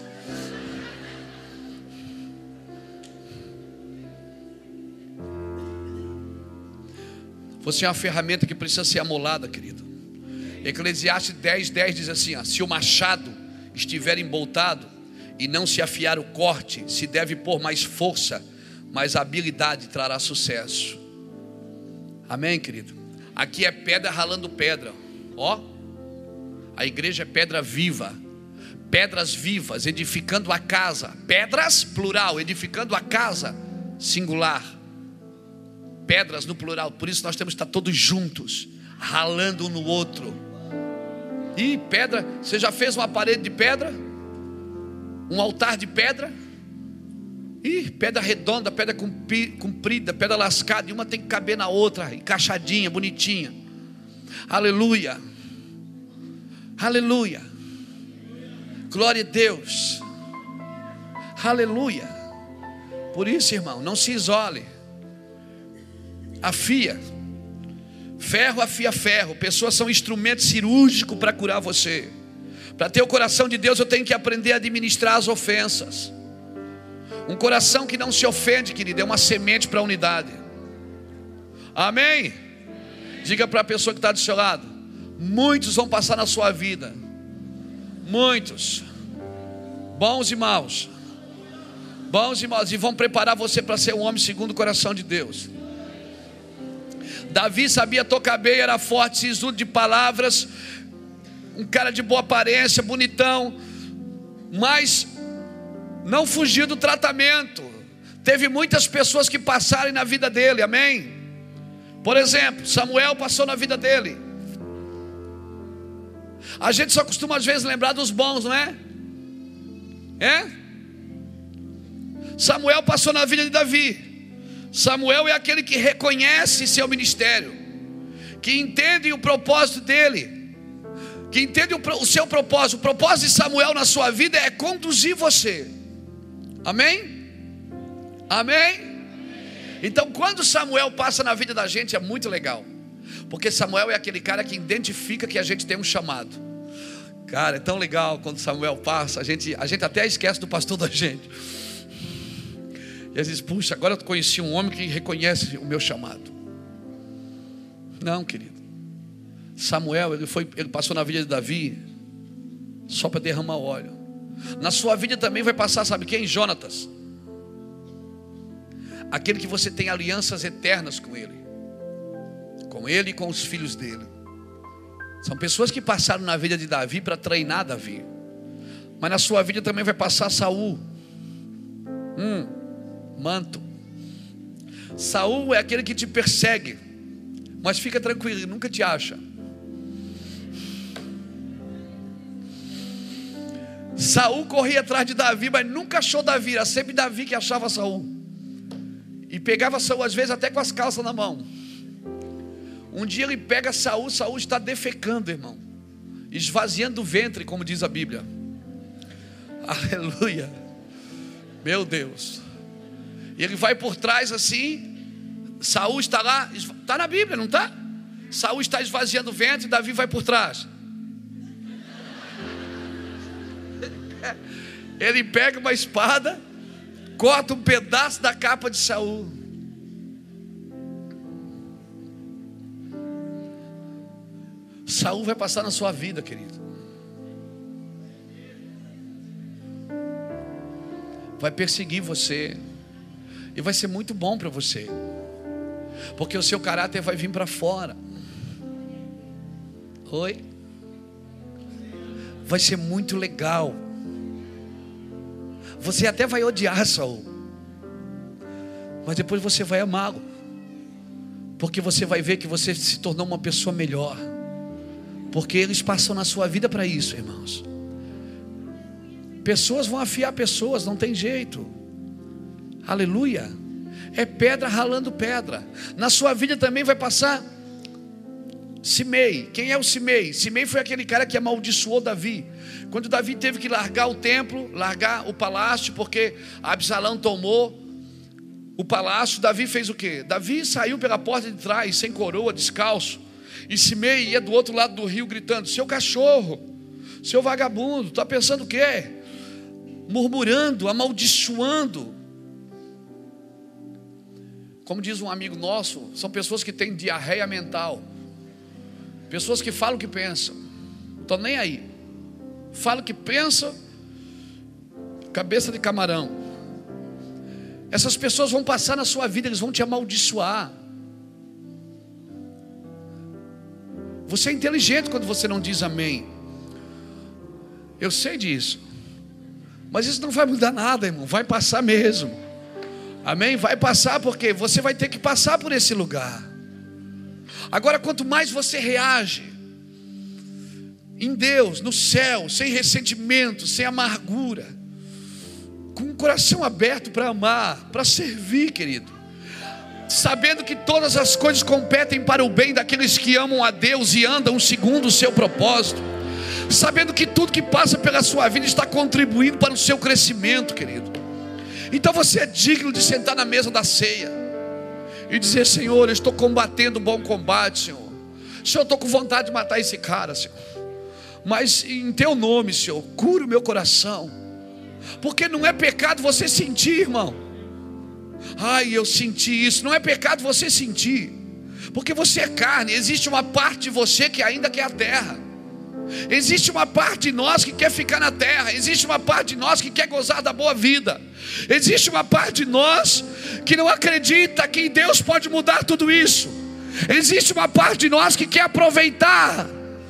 Você é uma ferramenta que precisa ser amolada, querido. Eclesiastes dez, dez diz assim: ó, se o machado estiver emboltado e não se afiar o corte, se deve pôr mais força, mas a habilidade trará sucesso. Amém, querido? Aqui é pedra ralando pedra. Ó, a igreja é pedra viva, pedras vivas, edificando a casa. Pedras, plural, edificando a casa, singular. Pedras no plural. Por isso nós temos que estar todos juntos, ralando um no outro. E pedra, você já fez uma parede de pedra? Um altar de pedra? Ih, pedra redonda, pedra comprida, pedra lascada, e uma tem que caber na outra, encaixadinha, bonitinha. Aleluia. Aleluia. Glória a Deus. Aleluia. Por isso, irmão, não se isole. Afia. Ferro afia ferro. Pessoas são instrumentos cirúrgicos para curar você. Para ter o coração de Deus, eu tenho que aprender a administrar as ofensas. Um coração que não se ofende, querido, é uma semente para a unidade. Amém? Diga para a pessoa que está do seu lado: muitos vão passar na sua vida, muitos, bons e maus, bons e maus, e vão preparar você para ser um homem segundo o coração de Deus. Davi sabia tocar bem, era forte, sisudo de palavras, um cara de boa aparência, bonitão, mas não fugiu do tratamento. Teve muitas pessoas que passaram na vida dele, amém? Por exemplo, Samuel passou na vida dele. A gente só costuma às vezes lembrar dos bons, não é? É? Samuel passou na vida de Davi. Samuel é aquele que reconhece seu ministério, que entende o propósito dele, que entende o, o seu propósito. O propósito de Samuel na sua vida é conduzir você. Amém? Amém? Então quando Samuel passa na vida da gente é muito legal, porque Samuel é aquele cara que identifica que a gente tem um chamado. Cara, é tão legal quando Samuel passa, a gente, a gente até esquece do pastor da gente. E às vezes, puxa, agora eu conheci um homem que reconhece o meu chamado. Não, querido. Samuel, ele, foi, ele passou na vida de Davi só para derramar óleo. Na sua vida também vai passar, sabe quem? Jonatas. Aquele que você tem alianças eternas com ele, com ele e com os filhos dele. São pessoas que passaram na vida de Davi para treinar Davi. Mas na sua vida também vai passar Saul. Hum, manto. Saul é aquele que te persegue, mas fica tranquilo, ele nunca te acha. Saul corria atrás de Davi, mas nunca achou Davi. Era sempre Davi que achava Saul. E pegava Saul às vezes até com as calças na mão. Um dia ele pega Saul, Saul está defecando, irmão, esvaziando o ventre, como diz a Bíblia. Aleluia. Meu Deus. E ele vai por trás assim. Saul está lá, está na Bíblia, não está? Saul está esvaziando o ventre, Davi vai por trás. Ele pega uma espada, corta um pedaço da capa de Saul. Saul vai passar na sua vida, querido. Vai perseguir você. E vai ser muito bom para você, porque o seu caráter vai vir para fora. Oi? Vai ser muito legal. Você até vai odiar Saul, mas depois você vai amá-lo, porque você vai ver que você se tornou uma pessoa melhor. Porque eles passam na sua vida para isso, irmãos. Pessoas vão afiar pessoas, não tem jeito. Aleluia. É pedra ralando pedra. Na sua vida também vai passar Simei. Quem é o Simei? Simei foi aquele cara que amaldiçoou Davi. Quando Davi teve que largar o templo, largar o palácio, porque Absalão tomou o palácio, Davi fez o quê? Davi saiu pela porta de trás, sem coroa, descalço. E Simei ia do outro lado do rio gritando: seu cachorro, seu vagabundo, está pensando o quê? Murmurando, amaldiçoando. Como diz um amigo nosso, são pessoas que têm diarreia mental. Pessoas que falam o que pensam, não estão nem aí. Falam o que pensam, cabeça de camarão. Essas pessoas vão passar na sua vida, eles vão te amaldiçoar. Você é inteligente quando você não diz amém. Eu sei disso. Mas isso não vai mudar nada, irmão. Vai passar mesmo. Amém? Vai passar, porque você vai ter que passar por esse lugar. Agora, quanto mais você reage em Deus, no céu, sem ressentimento, sem amargura, com um coração aberto para amar, para servir, querido, sabendo que todas as coisas competem para o bem daqueles que amam a Deus e andam segundo o seu propósito, sabendo que tudo que passa pela sua vida está contribuindo para o seu crescimento, querido. Então você é digno de sentar na mesa da ceia e dizer: Senhor, eu estou combatendo um bom combate, Senhor. Senhor, eu estou com vontade de matar esse cara, Senhor, mas em teu nome, Senhor, cura o meu coração. Porque não é pecado você sentir, irmão. Ai, eu senti isso. Não é pecado você sentir, porque você é carne. Existe uma parte de você que ainda quer a terra. Existe uma parte de nós que quer ficar na terra. Existe uma parte de nós que quer gozar da boa vida. Existe uma parte de nós que não acredita que Deus pode mudar tudo isso. Existe uma parte de nós que quer aproveitar.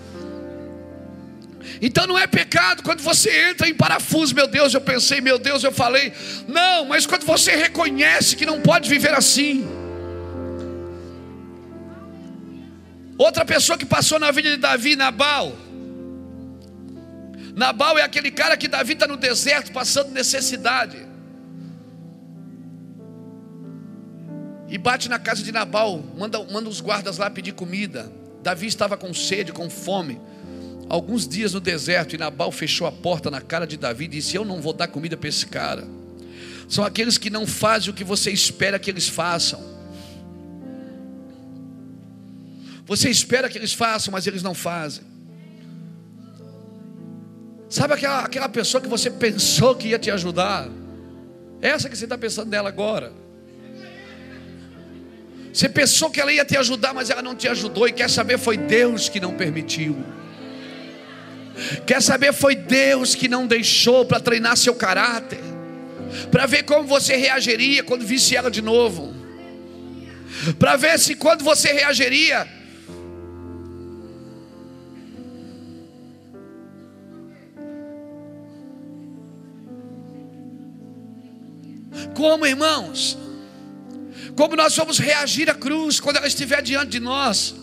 Então não é pecado quando você entra em parafuso. Meu Deus, eu pensei, meu Deus, eu falei. Não, mas quando você reconhece que não pode viver assim. Outra pessoa que passou na vida de Davi, Nabal. Nabal é aquele cara que Davi está no deserto passando necessidade, e bate na casa de Nabal, manda, manda os guardas lá pedir comida. Davi estava com sede, com fome, alguns dias no deserto, e Nabal fechou a porta na cara de Davi e disse: eu não vou dar comida para esse cara. São aqueles que não fazem o que você espera que eles façam. Você espera que eles façam, mas eles não fazem. Sabe aquela, aquela pessoa que você pensou que ia te ajudar? Essa que você está pensando nela agora. Você pensou que ela ia te ajudar, mas ela não te ajudou. E quer saber, foi Deus que não permitiu. Quer saber, foi Deus que não deixou, para treinar seu caráter, para ver como você reagiria quando visse ela de novo, para ver se quando você reagiria. Como, irmãos? Como nós vamos reagir à cruz quando ela estiver diante de nós?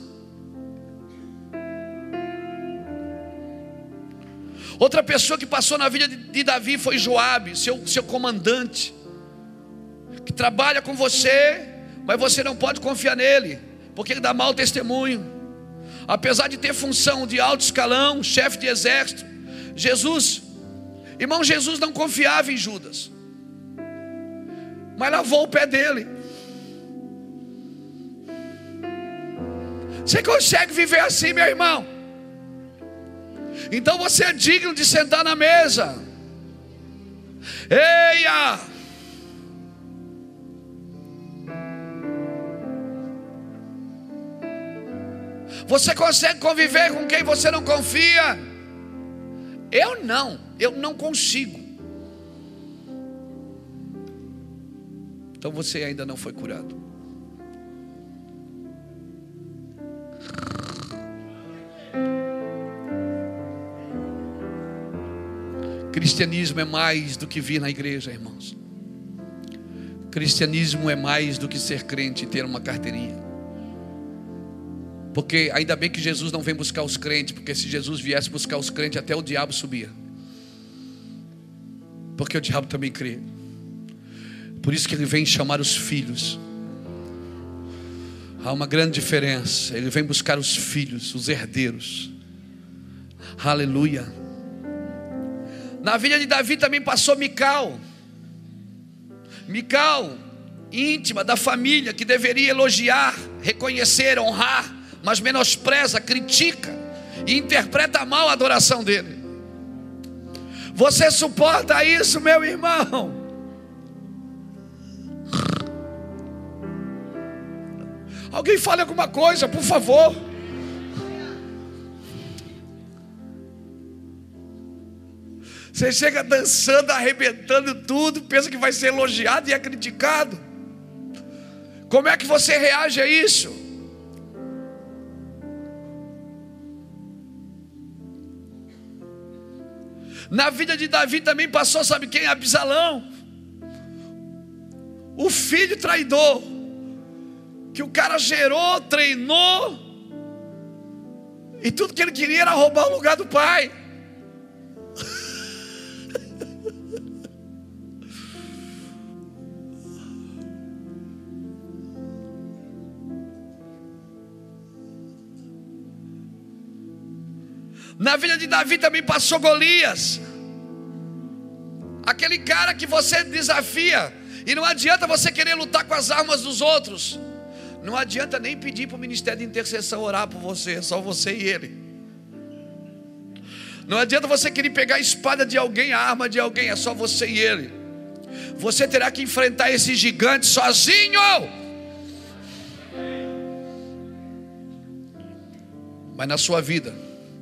Outra pessoa que passou na vida de Davi foi Joabe, seu, seu comandante, que trabalha com você, mas você não pode confiar nele, porque ele dá mau testemunho. Apesar de ter função de alto escalão, chefe de exército, Jesus, irmão, Jesus não confiava em Judas, mas lavou o pé dele. Você consegue viver assim, meu irmão? Então você é digno de sentar na mesa. Eia! Você consegue conviver com quem você não confia? Eu não, eu não consigo. Então você ainda não foi curado. Cristianismo é mais do que vir na igreja, irmãos. Cristianismo é mais do que ser crente e ter uma carteirinha. Porque ainda bem que Jesus não vem buscar os crentes, porque se Jesus viesse buscar os crentes, até o diabo subia. Porque o diabo também crê. Por isso que ele vem chamar os filhos. Há uma grande diferença. Ele vem buscar os filhos, os herdeiros. Aleluia. Na vida de Davi também passou Mical. Mical, íntima da família, que deveria elogiar, reconhecer, honrar, mas menospreza, critica e interpreta mal a adoração dele. Você suporta isso, meu irmão? Alguém fale alguma coisa, por favor. Você chega dançando, arrebentando tudo, pensa que vai ser elogiado e é criticado. Como é que você reage a isso? Na vida de Davi também passou, sabe quem? Absalão, o filho traidor, que o cara gerou, treinou, e tudo que ele queria era roubar o lugar do pai. Na vida de Davi também passou Golias, aquele cara que você desafia, e não adianta você querer lutar com as armas dos outros. Não adianta nem pedir para o ministério de intercessão orar por você, só você e ele. Não adianta você querer pegar a espada de alguém, a arma de alguém, é só você e ele. Você terá que enfrentar esse gigante sozinho. Mas na sua vida,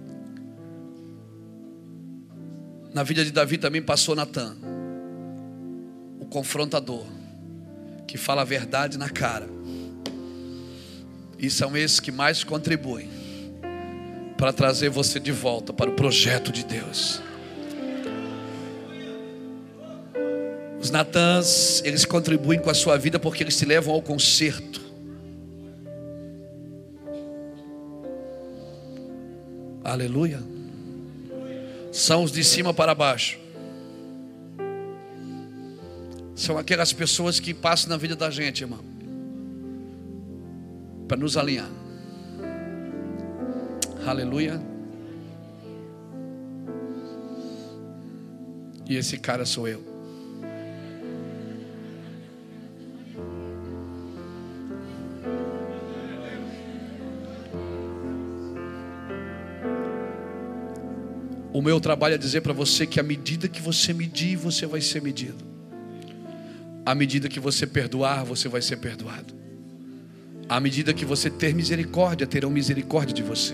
na vida de Davi também passou Natã, o confrontador, que fala a verdade na cara. E são esses que mais contribuem para trazer você de volta para o projeto de Deus. Os Natãs, eles contribuem com a sua vida porque eles te levam ao conserto. Aleluia. são os de cima para baixo. São aquelas pessoas que passam na vida da gente, irmão, para nos alinhar. Aleluia. E esse cara sou eu. O meu trabalho é dizer para você que à medida que você medir, você vai ser medido. À medida que você perdoar, você vai ser perdoado. À medida que você ter misericórdia, terão misericórdia de você.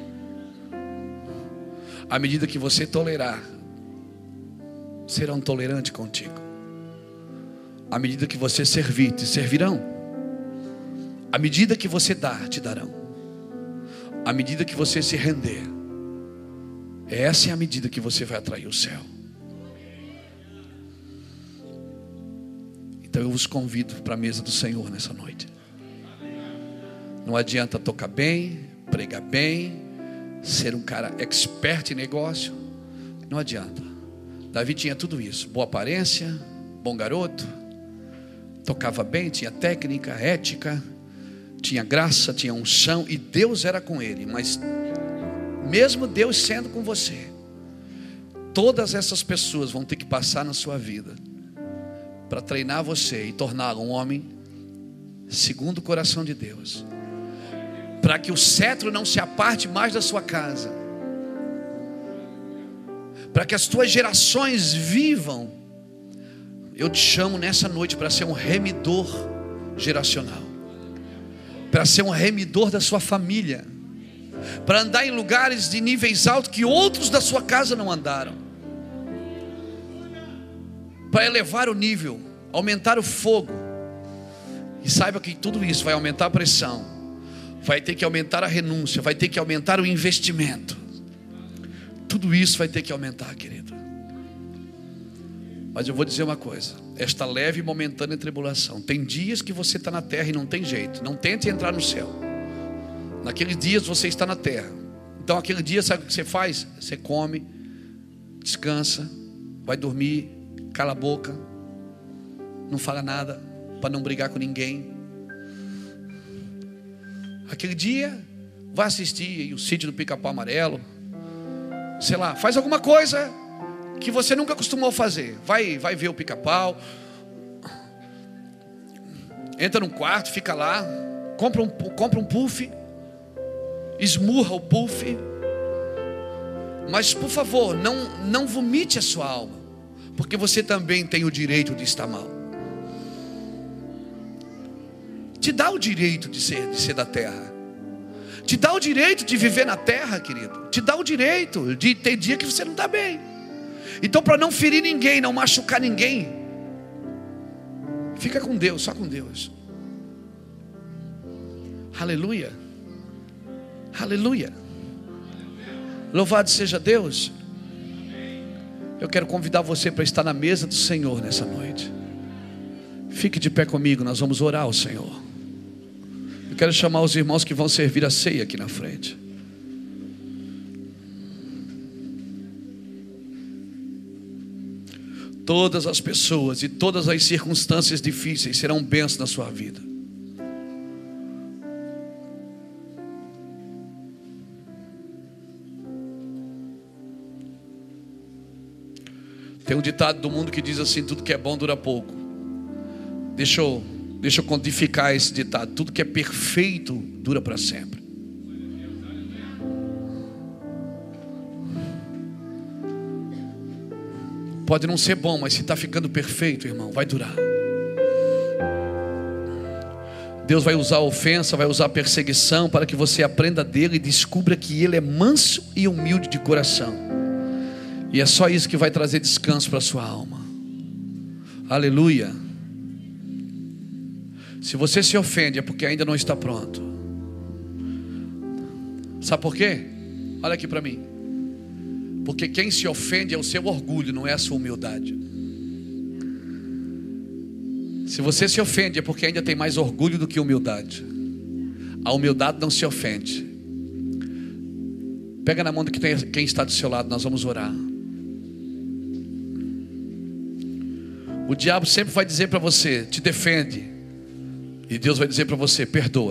À medida que você tolerar, serão tolerantes contigo. À medida que você servir, te servirão. À medida que você dar, te darão. À medida que você se render, essa é a medida que você vai atrair o céu. Então eu vos convido para a mesa do Senhor nessa noite. Não adianta tocar bem, pregar bem, ser um cara expert em negócio. Não adianta. Davi tinha tudo isso: boa aparência, bom garoto, tocava bem, tinha técnica, ética, tinha graça, tinha unção, e Deus era com ele. Mas mesmo Deus sendo com você, todas essas pessoas vão ter que passar na sua vida para treinar você e torná-lo um homem segundo o coração de Deus, para que o cetro não se aparte mais da sua casa, para que as tuas gerações vivam. Eu te chamo nessa noite para ser um remidor geracional, para ser um remidor da sua família, para andar em lugares de níveis altos que outros da sua casa não andaram, para elevar o nível, aumentar o fogo. E saiba que tudo isso vai aumentar a pressão, vai ter que aumentar a renúncia, vai ter que aumentar o investimento. Tudo isso vai ter que aumentar, querido. Mas eu vou dizer uma coisa: esta leve e momentânea tribulação, tem dias que você está na terra e não tem jeito. Não tente entrar no céu. Naqueles dias você está na terra. Então aquele dia, sabe o que você faz? Você come, descansa, vai dormir, cala a boca, não fala nada, para não brigar com ninguém. Aquele dia, vai assistir o Sítio do Pica-Pau Amarelo, sei lá, faz alguma coisa que você nunca costumou fazer. Vai, vai ver o pica-pau, entra num quarto, fica lá, compra um, compra um puff, esmurra o puff. Mas por favor, não, não vomite a sua alma, porque você também tem o direito de estar mal. Te dá o direito de ser, de ser da terra. Te dá o direito de viver na terra, querido. Te dá o direito de ter dia que você não está bem. Então, para não ferir ninguém, não machucar ninguém, fica com Deus, só com Deus. Aleluia. Aleluia. Louvado seja Deus. Eu quero convidar você para estar na mesa do Senhor nessa noite. Fique de pé comigo, nós vamos orar ao Senhor. Eu quero chamar os irmãos que vão servir a ceia aqui na frente. Todas as pessoas e todas as circunstâncias difíceis serão bênçãos na sua vida. Tem um ditado do mundo que diz assim: tudo que é bom dura pouco. Deixa eu, deixa eu codificar esse ditado: tudo que é perfeito dura para sempre. Pode não ser bom, mas se está ficando perfeito, irmão, vai durar. Deus vai usar a ofensa, vai usar a perseguição para que você aprenda dele e descubra que ele é manso e humilde de coração. E é só isso que vai trazer descanso para a sua alma. Aleluia. Se você se ofende é porque ainda não está pronto. Sabe por quê? Olha aqui para mim. Porque quem se ofende é o seu orgulho, não é a sua humildade. Se você se ofende é porque ainda tem mais orgulho do que humildade. A humildade não se ofende. Pega na mão de quem está do seu lado, nós vamos orar. O diabo sempre vai dizer para você: te defende. E Deus vai dizer para você: perdoa.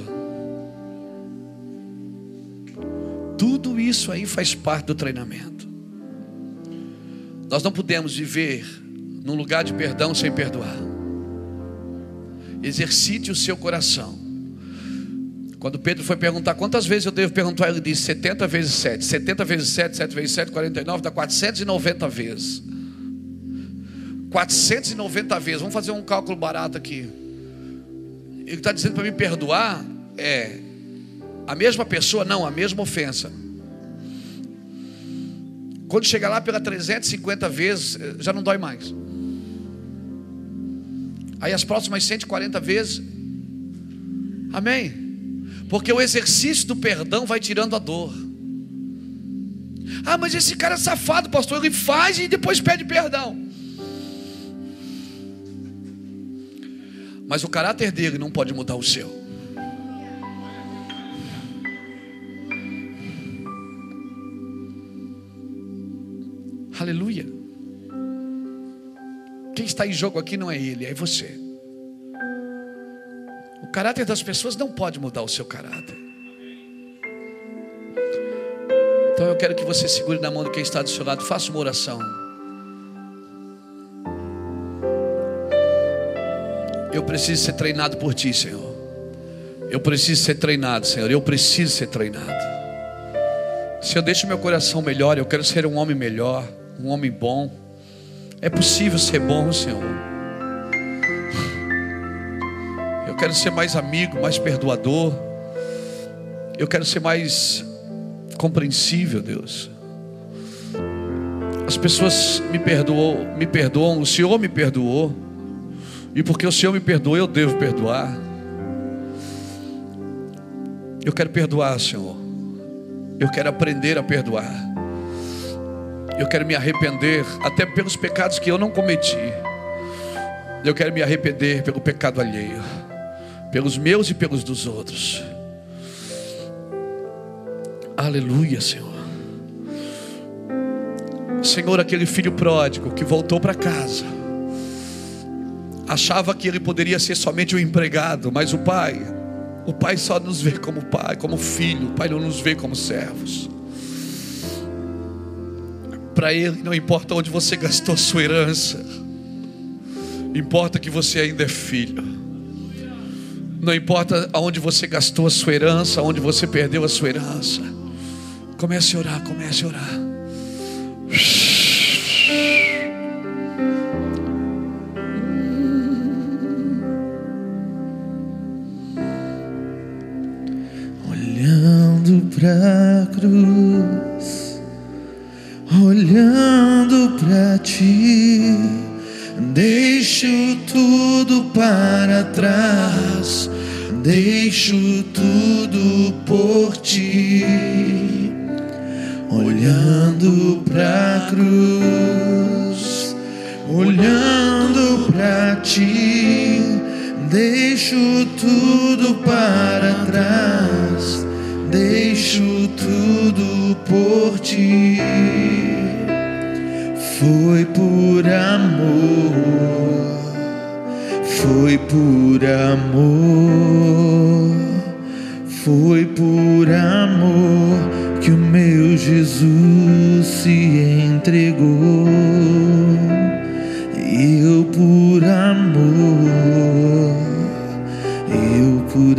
Tudo isso aí faz parte do treinamento. Nós não podemos viver num lugar de perdão sem perdoar. Exercite o seu coração. Quando Pedro foi perguntar quantas vezes eu devo perguntar, ele disse setenta vezes sete. setenta vezes sete, sete vezes sete, quarenta e nove, dá quatrocentas e noventa vezes. quatrocentas e noventa vezes. Vamos fazer um cálculo barato aqui. Ele está dizendo para me perdoar é a mesma pessoa? Não, a mesma ofensa. Quando chegar lá pela trezentas e cinquenta vezes, já não dói mais. Aí as próximas cento e quarenta vezes, amém? Porque o exercício do perdão vai tirando a dor. Ah, mas esse cara é safado, pastor. Ele faz e depois pede perdão. Mas o caráter dele não pode mudar o seu. Aleluia. Quem está em jogo aqui não é ele, é você. O caráter das pessoas não pode mudar o seu caráter. Então eu quero que você segure na mão de quem está do seu lado. Faça uma oração. Eu preciso ser treinado por ti, Senhor. Eu preciso ser treinado, Senhor. Eu preciso ser treinado. Senhor, deixa o meu coração melhor. Eu quero ser um homem melhor, um homem bom. É possível ser bom, Senhor. Eu quero ser mais amigo, mais perdoador. Eu quero ser mais compreensível, Deus. As pessoas me perdoam, me perdoam. O Senhor me perdoou. E porque o Senhor me perdoou, eu devo perdoar. Eu quero perdoar, Senhor. Eu quero aprender a perdoar. Eu quero me arrepender até pelos pecados que eu não cometi. Eu quero me arrepender pelo pecado alheio, pelos meus e pelos dos outros. Aleluia, Senhor. Senhor, aquele filho pródigo que voltou para casa, achava que ele poderia ser somente um empregado, mas o pai, o pai só nos vê como pai, como filho. O pai não nos vê como servos. Para ele não importa onde você gastou a sua herança, importa que você ainda é filho. Não importa aonde você gastou a sua herança, aonde você perdeu a sua herança. Comece a orar, comece a orar. Pra cruz, olhando pra ti, deixo tudo para trás, deixo tudo por ti. Olhando pra cruz, olhando pra ti, deixo tudo para trás, deixo tudo por ti. Foi por amor, foi por amor, foi por amor que o meu Jesus se entregou. Eu por amor, eu por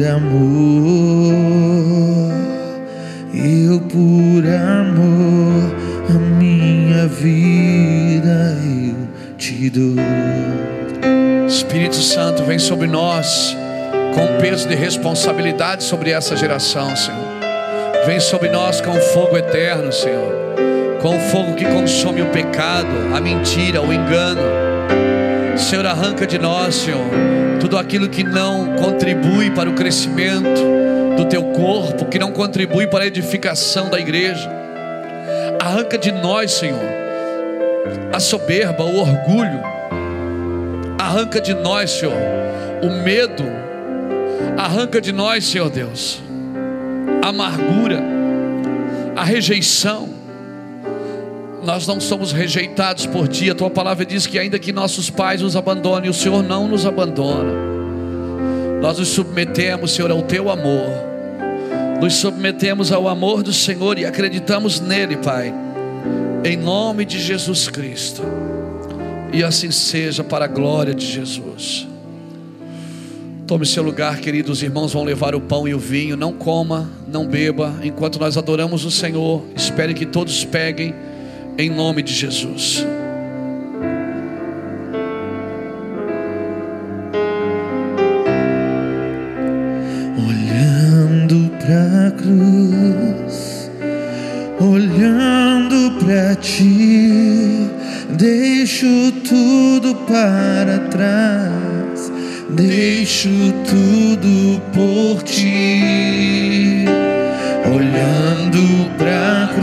amor, eu por amor, a minha vida eu te dou. Espírito Santo, vem sobre nós com o peso de responsabilidade sobre essa geração, Senhor. Vem sobre nós com o fogo eterno, Senhor, com o fogo que consome o pecado, a mentira, o engano. Senhor, arranca de nós, Senhor, tudo aquilo que não contribui para o crescimento do Teu corpo, que não contribui para a edificação da igreja. Arranca de nós, Senhor, a soberba, o orgulho. Arranca de nós, Senhor, o medo. Arranca de nós, Senhor Deus, a amargura, a rejeição. Nós não somos rejeitados por Ti. A Tua palavra diz que ainda que nossos pais nos abandonem, o Senhor não nos abandona. Nós nos submetemos, Senhor, ao Teu amor. Nos submetemos ao amor do Senhor e acreditamos nele, Pai, em nome de Jesus Cristo. E assim seja, para a glória de Jesus. Tome seu lugar, queridos. Os irmãos vão levar o pão e o vinho. Não coma, não beba, enquanto nós adoramos o Senhor. Espere que todos peguem, em nome de Jesus. Olhando pra cruz, olhando pra Ti, deixo tudo para trás, deixo tudo por Ti. Olhando pra